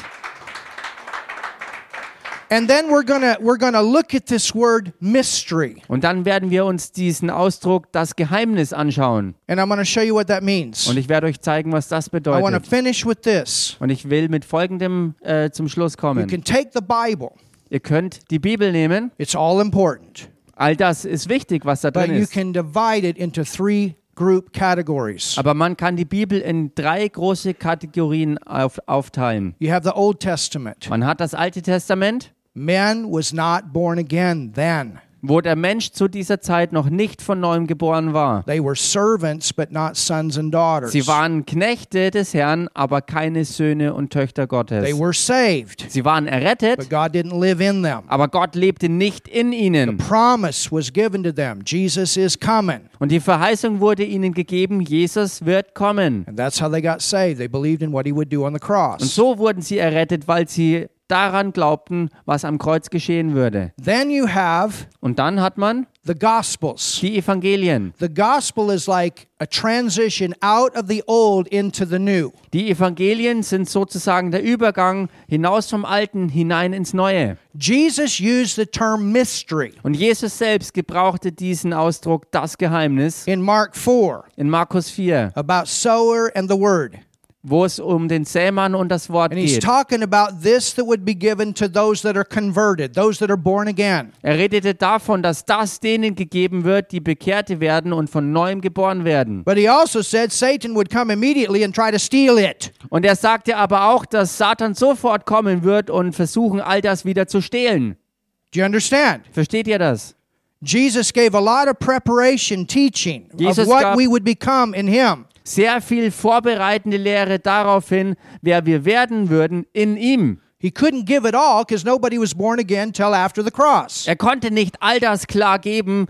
And then we're gonna look at this word mystery. Und dann werden wir uns diesen Ausdruck, das Geheimnis, anschauen. And I'm going to show you what that means. Und ich werde euch zeigen, was das I want to bedeutet. finish with this. Und ich will mit Folgendem zum Schluss You kommen. can take the Bible. Ihr könnt die Bibel nehmen. It's all important. All das ist wichtig, was da But drin you ist. can divide it into 3 group categories. Aber man kann die Bibel in 3 große Kategorien aufteilen. You have the Old Testament. Man hat das Alte Testament, Man was not born again then. wo der Mensch zu dieser Zeit noch nicht von neuem geboren war. They were servants, but not sons and daughters. Sie waren Knechte des Herrn, aber keine Söhne und Töchter Gottes. They were saved, Sie waren errettet, but God didn't live in them. aber Gott lebte nicht in The ihnen. promise was given to them. Jesus is coming. Und die Verheißung wurde ihnen gegeben, Jesus wird kommen. And that's how they got saved. They believed in what he would do on the Und cross. so wurden sie errettet, weil sie daran glaubten, was am Kreuz geschehen würde. Then you have Und dann hat man the Gospels. die Evangelien. The gospel is like a transition out of the old into the new. Die Evangelien sind sozusagen der Übergang hinaus vom Alten hinein ins Neue. Jesus used the term mystery Und Jesus selbst gebrauchte diesen Ausdruck, das Geheimnis, in Mark 4 in Markus 4, about sower and the word. wo es um den Sämann und das Wort And he's geht. talking about this that would be given to those that are converted, those that are born again. Er redete davon, dass das denen gegeben wird, die Bekehrte werden und von Neuem geboren werden. But he also said Satan would come immediately and try to steal it. Und er sagte aber auch, dass Satan sofort kommen wird und versuchen, all das wieder zu stehlen. Do you understand? Versteht ihr das? Jesus gave a lot of preparation teaching of Jesus what gab- we would become in him. Sehr viel vorbereitende Lehre darauf hin, wer wir werden würden in ihm. He couldn't give it all because nobody was born again till after the cross. Er konnte nicht all das klar geben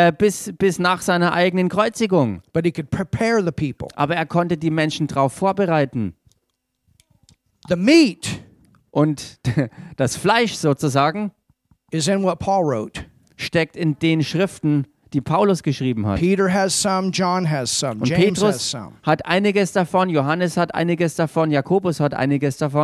bis nach seiner eigenen Kreuzigung. But he could prepare the people. Aber er konnte die Menschen darauf vorbereiten. The meat Und das Fleisch sozusagen is in what Paul wrote. steckt in den Schriften, die Paulus geschrieben hat. Peter has some, John has some, Und James has Petrus some. hat einiges davon, Johannes hat einiges davon, Jakobus hat einiges davon.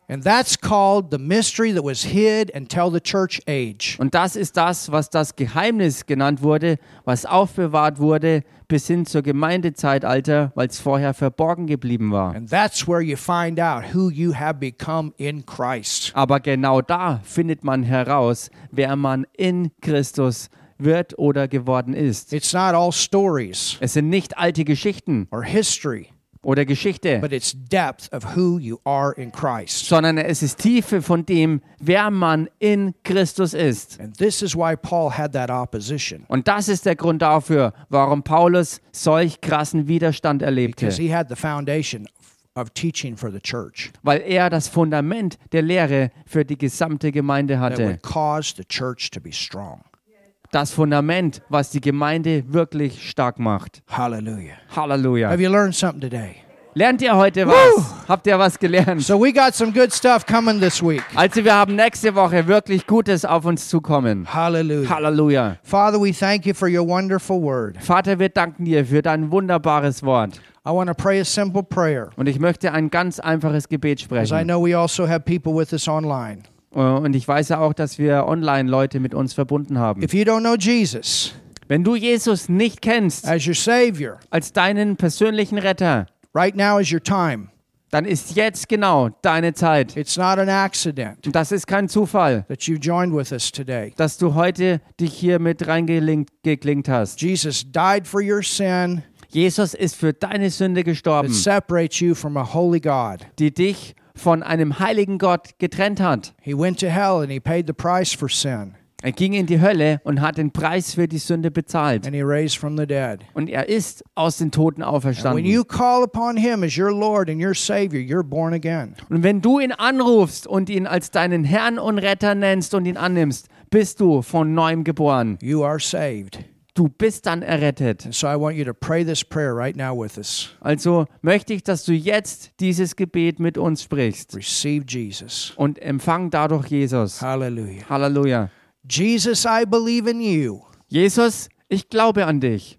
And that's called the mystery that was hid until the church age. Und das ist das, was das Geheimnis genannt wurde, was aufbewahrt wurde bis hin zur Gemeindezeitalter, weil es vorher verborgen geblieben war. And that's where you find out who you have become in Christ. Aber genau da findet man heraus, wer man in Christus wird oder geworden ist. It's not all stories Es sind nicht alte Geschichten or history, oder Geschichte, but it's depth of who you are in Christ. sondern es ist Tiefe von dem, wer man in Christus ist. And this is why Paul had that opposition, Und das ist der Grund dafür, warum Paulus solch krassen Widerstand erlebte. because he had the foundation of teaching for the church Weil er das Fundament der Lehre für die gesamte Gemeinde that hatte. would cause the church to be strong. Das Fundament, was die Gemeinde wirklich stark macht. Hallelujah. Halleluja. Have you learned something today? Lernt ihr heute was? Habt ihr was gelernt? So we got some good stuff coming this week. Also wir haben nächste Woche wirklich Gutes auf uns zukommen. Hallelujah. Halleluja. Father, we thank you for your wonderful word. Vater, wir danken dir für dein wunderbares Wort. I want to pray a simple prayer, Und ich möchte ein ganz einfaches Gebet because I sprechen. know we also have people with us online. Und ich weiß ja auch, dass wir online Leute mit uns verbunden haben. If you don't know Jesus Wenn du Jesus nicht kennst as your Savior, als deinen persönlichen Retter, right now is your time. dann ist jetzt genau deine Zeit. It's not an accident Und das ist kein Zufall, that you've joined with us today. dass du heute dich hier mit reingeklinkt hast. Jesus died for your sin Jesus ist für deine Sünde gestorben, that separates you from a holy God. die dich von einem heiligen Gott getrennt hat. He went to hell and he paid the price for sin, Er ging in die Hölle und hat den Preis für die Sünde bezahlt. and he raised from the dead. Und er ist aus den Toten And when auferstanden. you call upon him as your Lord and your Savior, you're born again. Und wenn du ihn anrufst und ihn als deinen Herrn und Retter nennst und ihn annimmst, bist du von neuem geboren. You are saved. Du bist dann errettet. And so I want you to pray this prayer right now with us. Also möchte ich, dass du jetzt dieses Gebet mit uns sprichst Receive Jesus. und empfang dadurch Jesus. Hallelujah. Halleluja. Jesus, I believe in you. Jesus, ich glaube an dich.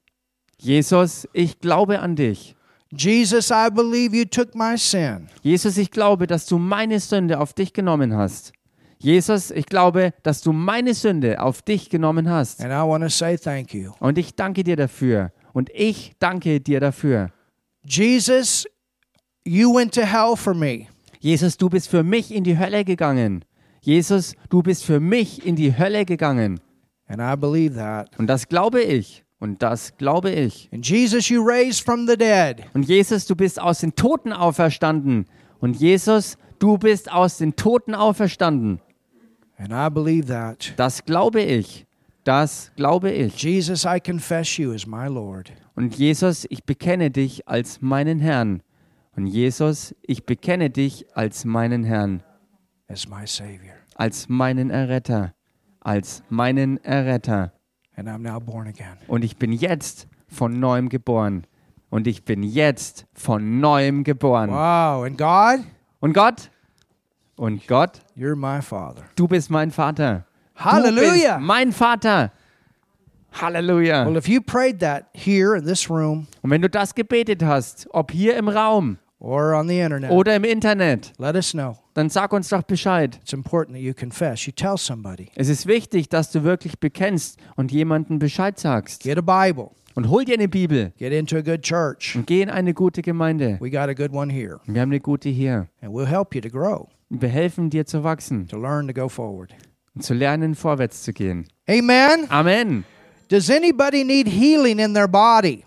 Jesus, ich glaube an dich. Jesus, I believe you took my sin. Jesus, ich glaube, dass du meine Sünde auf dich genommen hast. Jesus, ich glaube, dass du meine Sünde auf dich genommen hast. And I want to say thank you. Und ich danke dir dafür. Und ich danke dir dafür. Jesus, you went to hell for me. Jesus, du bist für mich in die Hölle gegangen. Jesus, du bist für mich in die Hölle gegangen. And I believe that. Und das glaube ich. Und das glaube ich. And Jesus, you raised from the dead. Und Jesus, du bist aus den Toten auferstanden. Und Jesus, du bist aus den Toten auferstanden. And I believe that. Das glaube ich. Das glaube ich. Jesus, I confess you as my Lord. Und Jesus, ich bekenne dich als meinen Herrn. Und Jesus, ich bekenne dich als meinen Herrn, As my Savior. als meinen Erretter, als meinen Erretter. And I'm now born again. Und ich bin jetzt von neuem geboren. Und ich bin jetzt von neuem geboren. Wow. And God, Und Gott? Und Gott? you're my Father. Du bist mein Vater. Du Hallelujah. bist mein Vater. Halleluja. Well, if you prayed that here in this room Und wenn du das gebetet hast, ob hier im Raum or on the internet, oder im Internet, let us know. dann sag uns doch Bescheid. It's important that you confess. You tell somebody. Es ist wichtig, dass du wirklich bekennst und jemandem Bescheid sagst. Get a Bible. Und hol dir eine Bibel Get into a good church. und geh in eine gute Gemeinde. We got a good one here. Wir haben eine gute hier. And we'll help you to grow, Und wir helfen dir zu wachsen to learn, to go forward. und zu lernen, vorwärts zu gehen. Amen. Amen. Does anybody need healing in their body?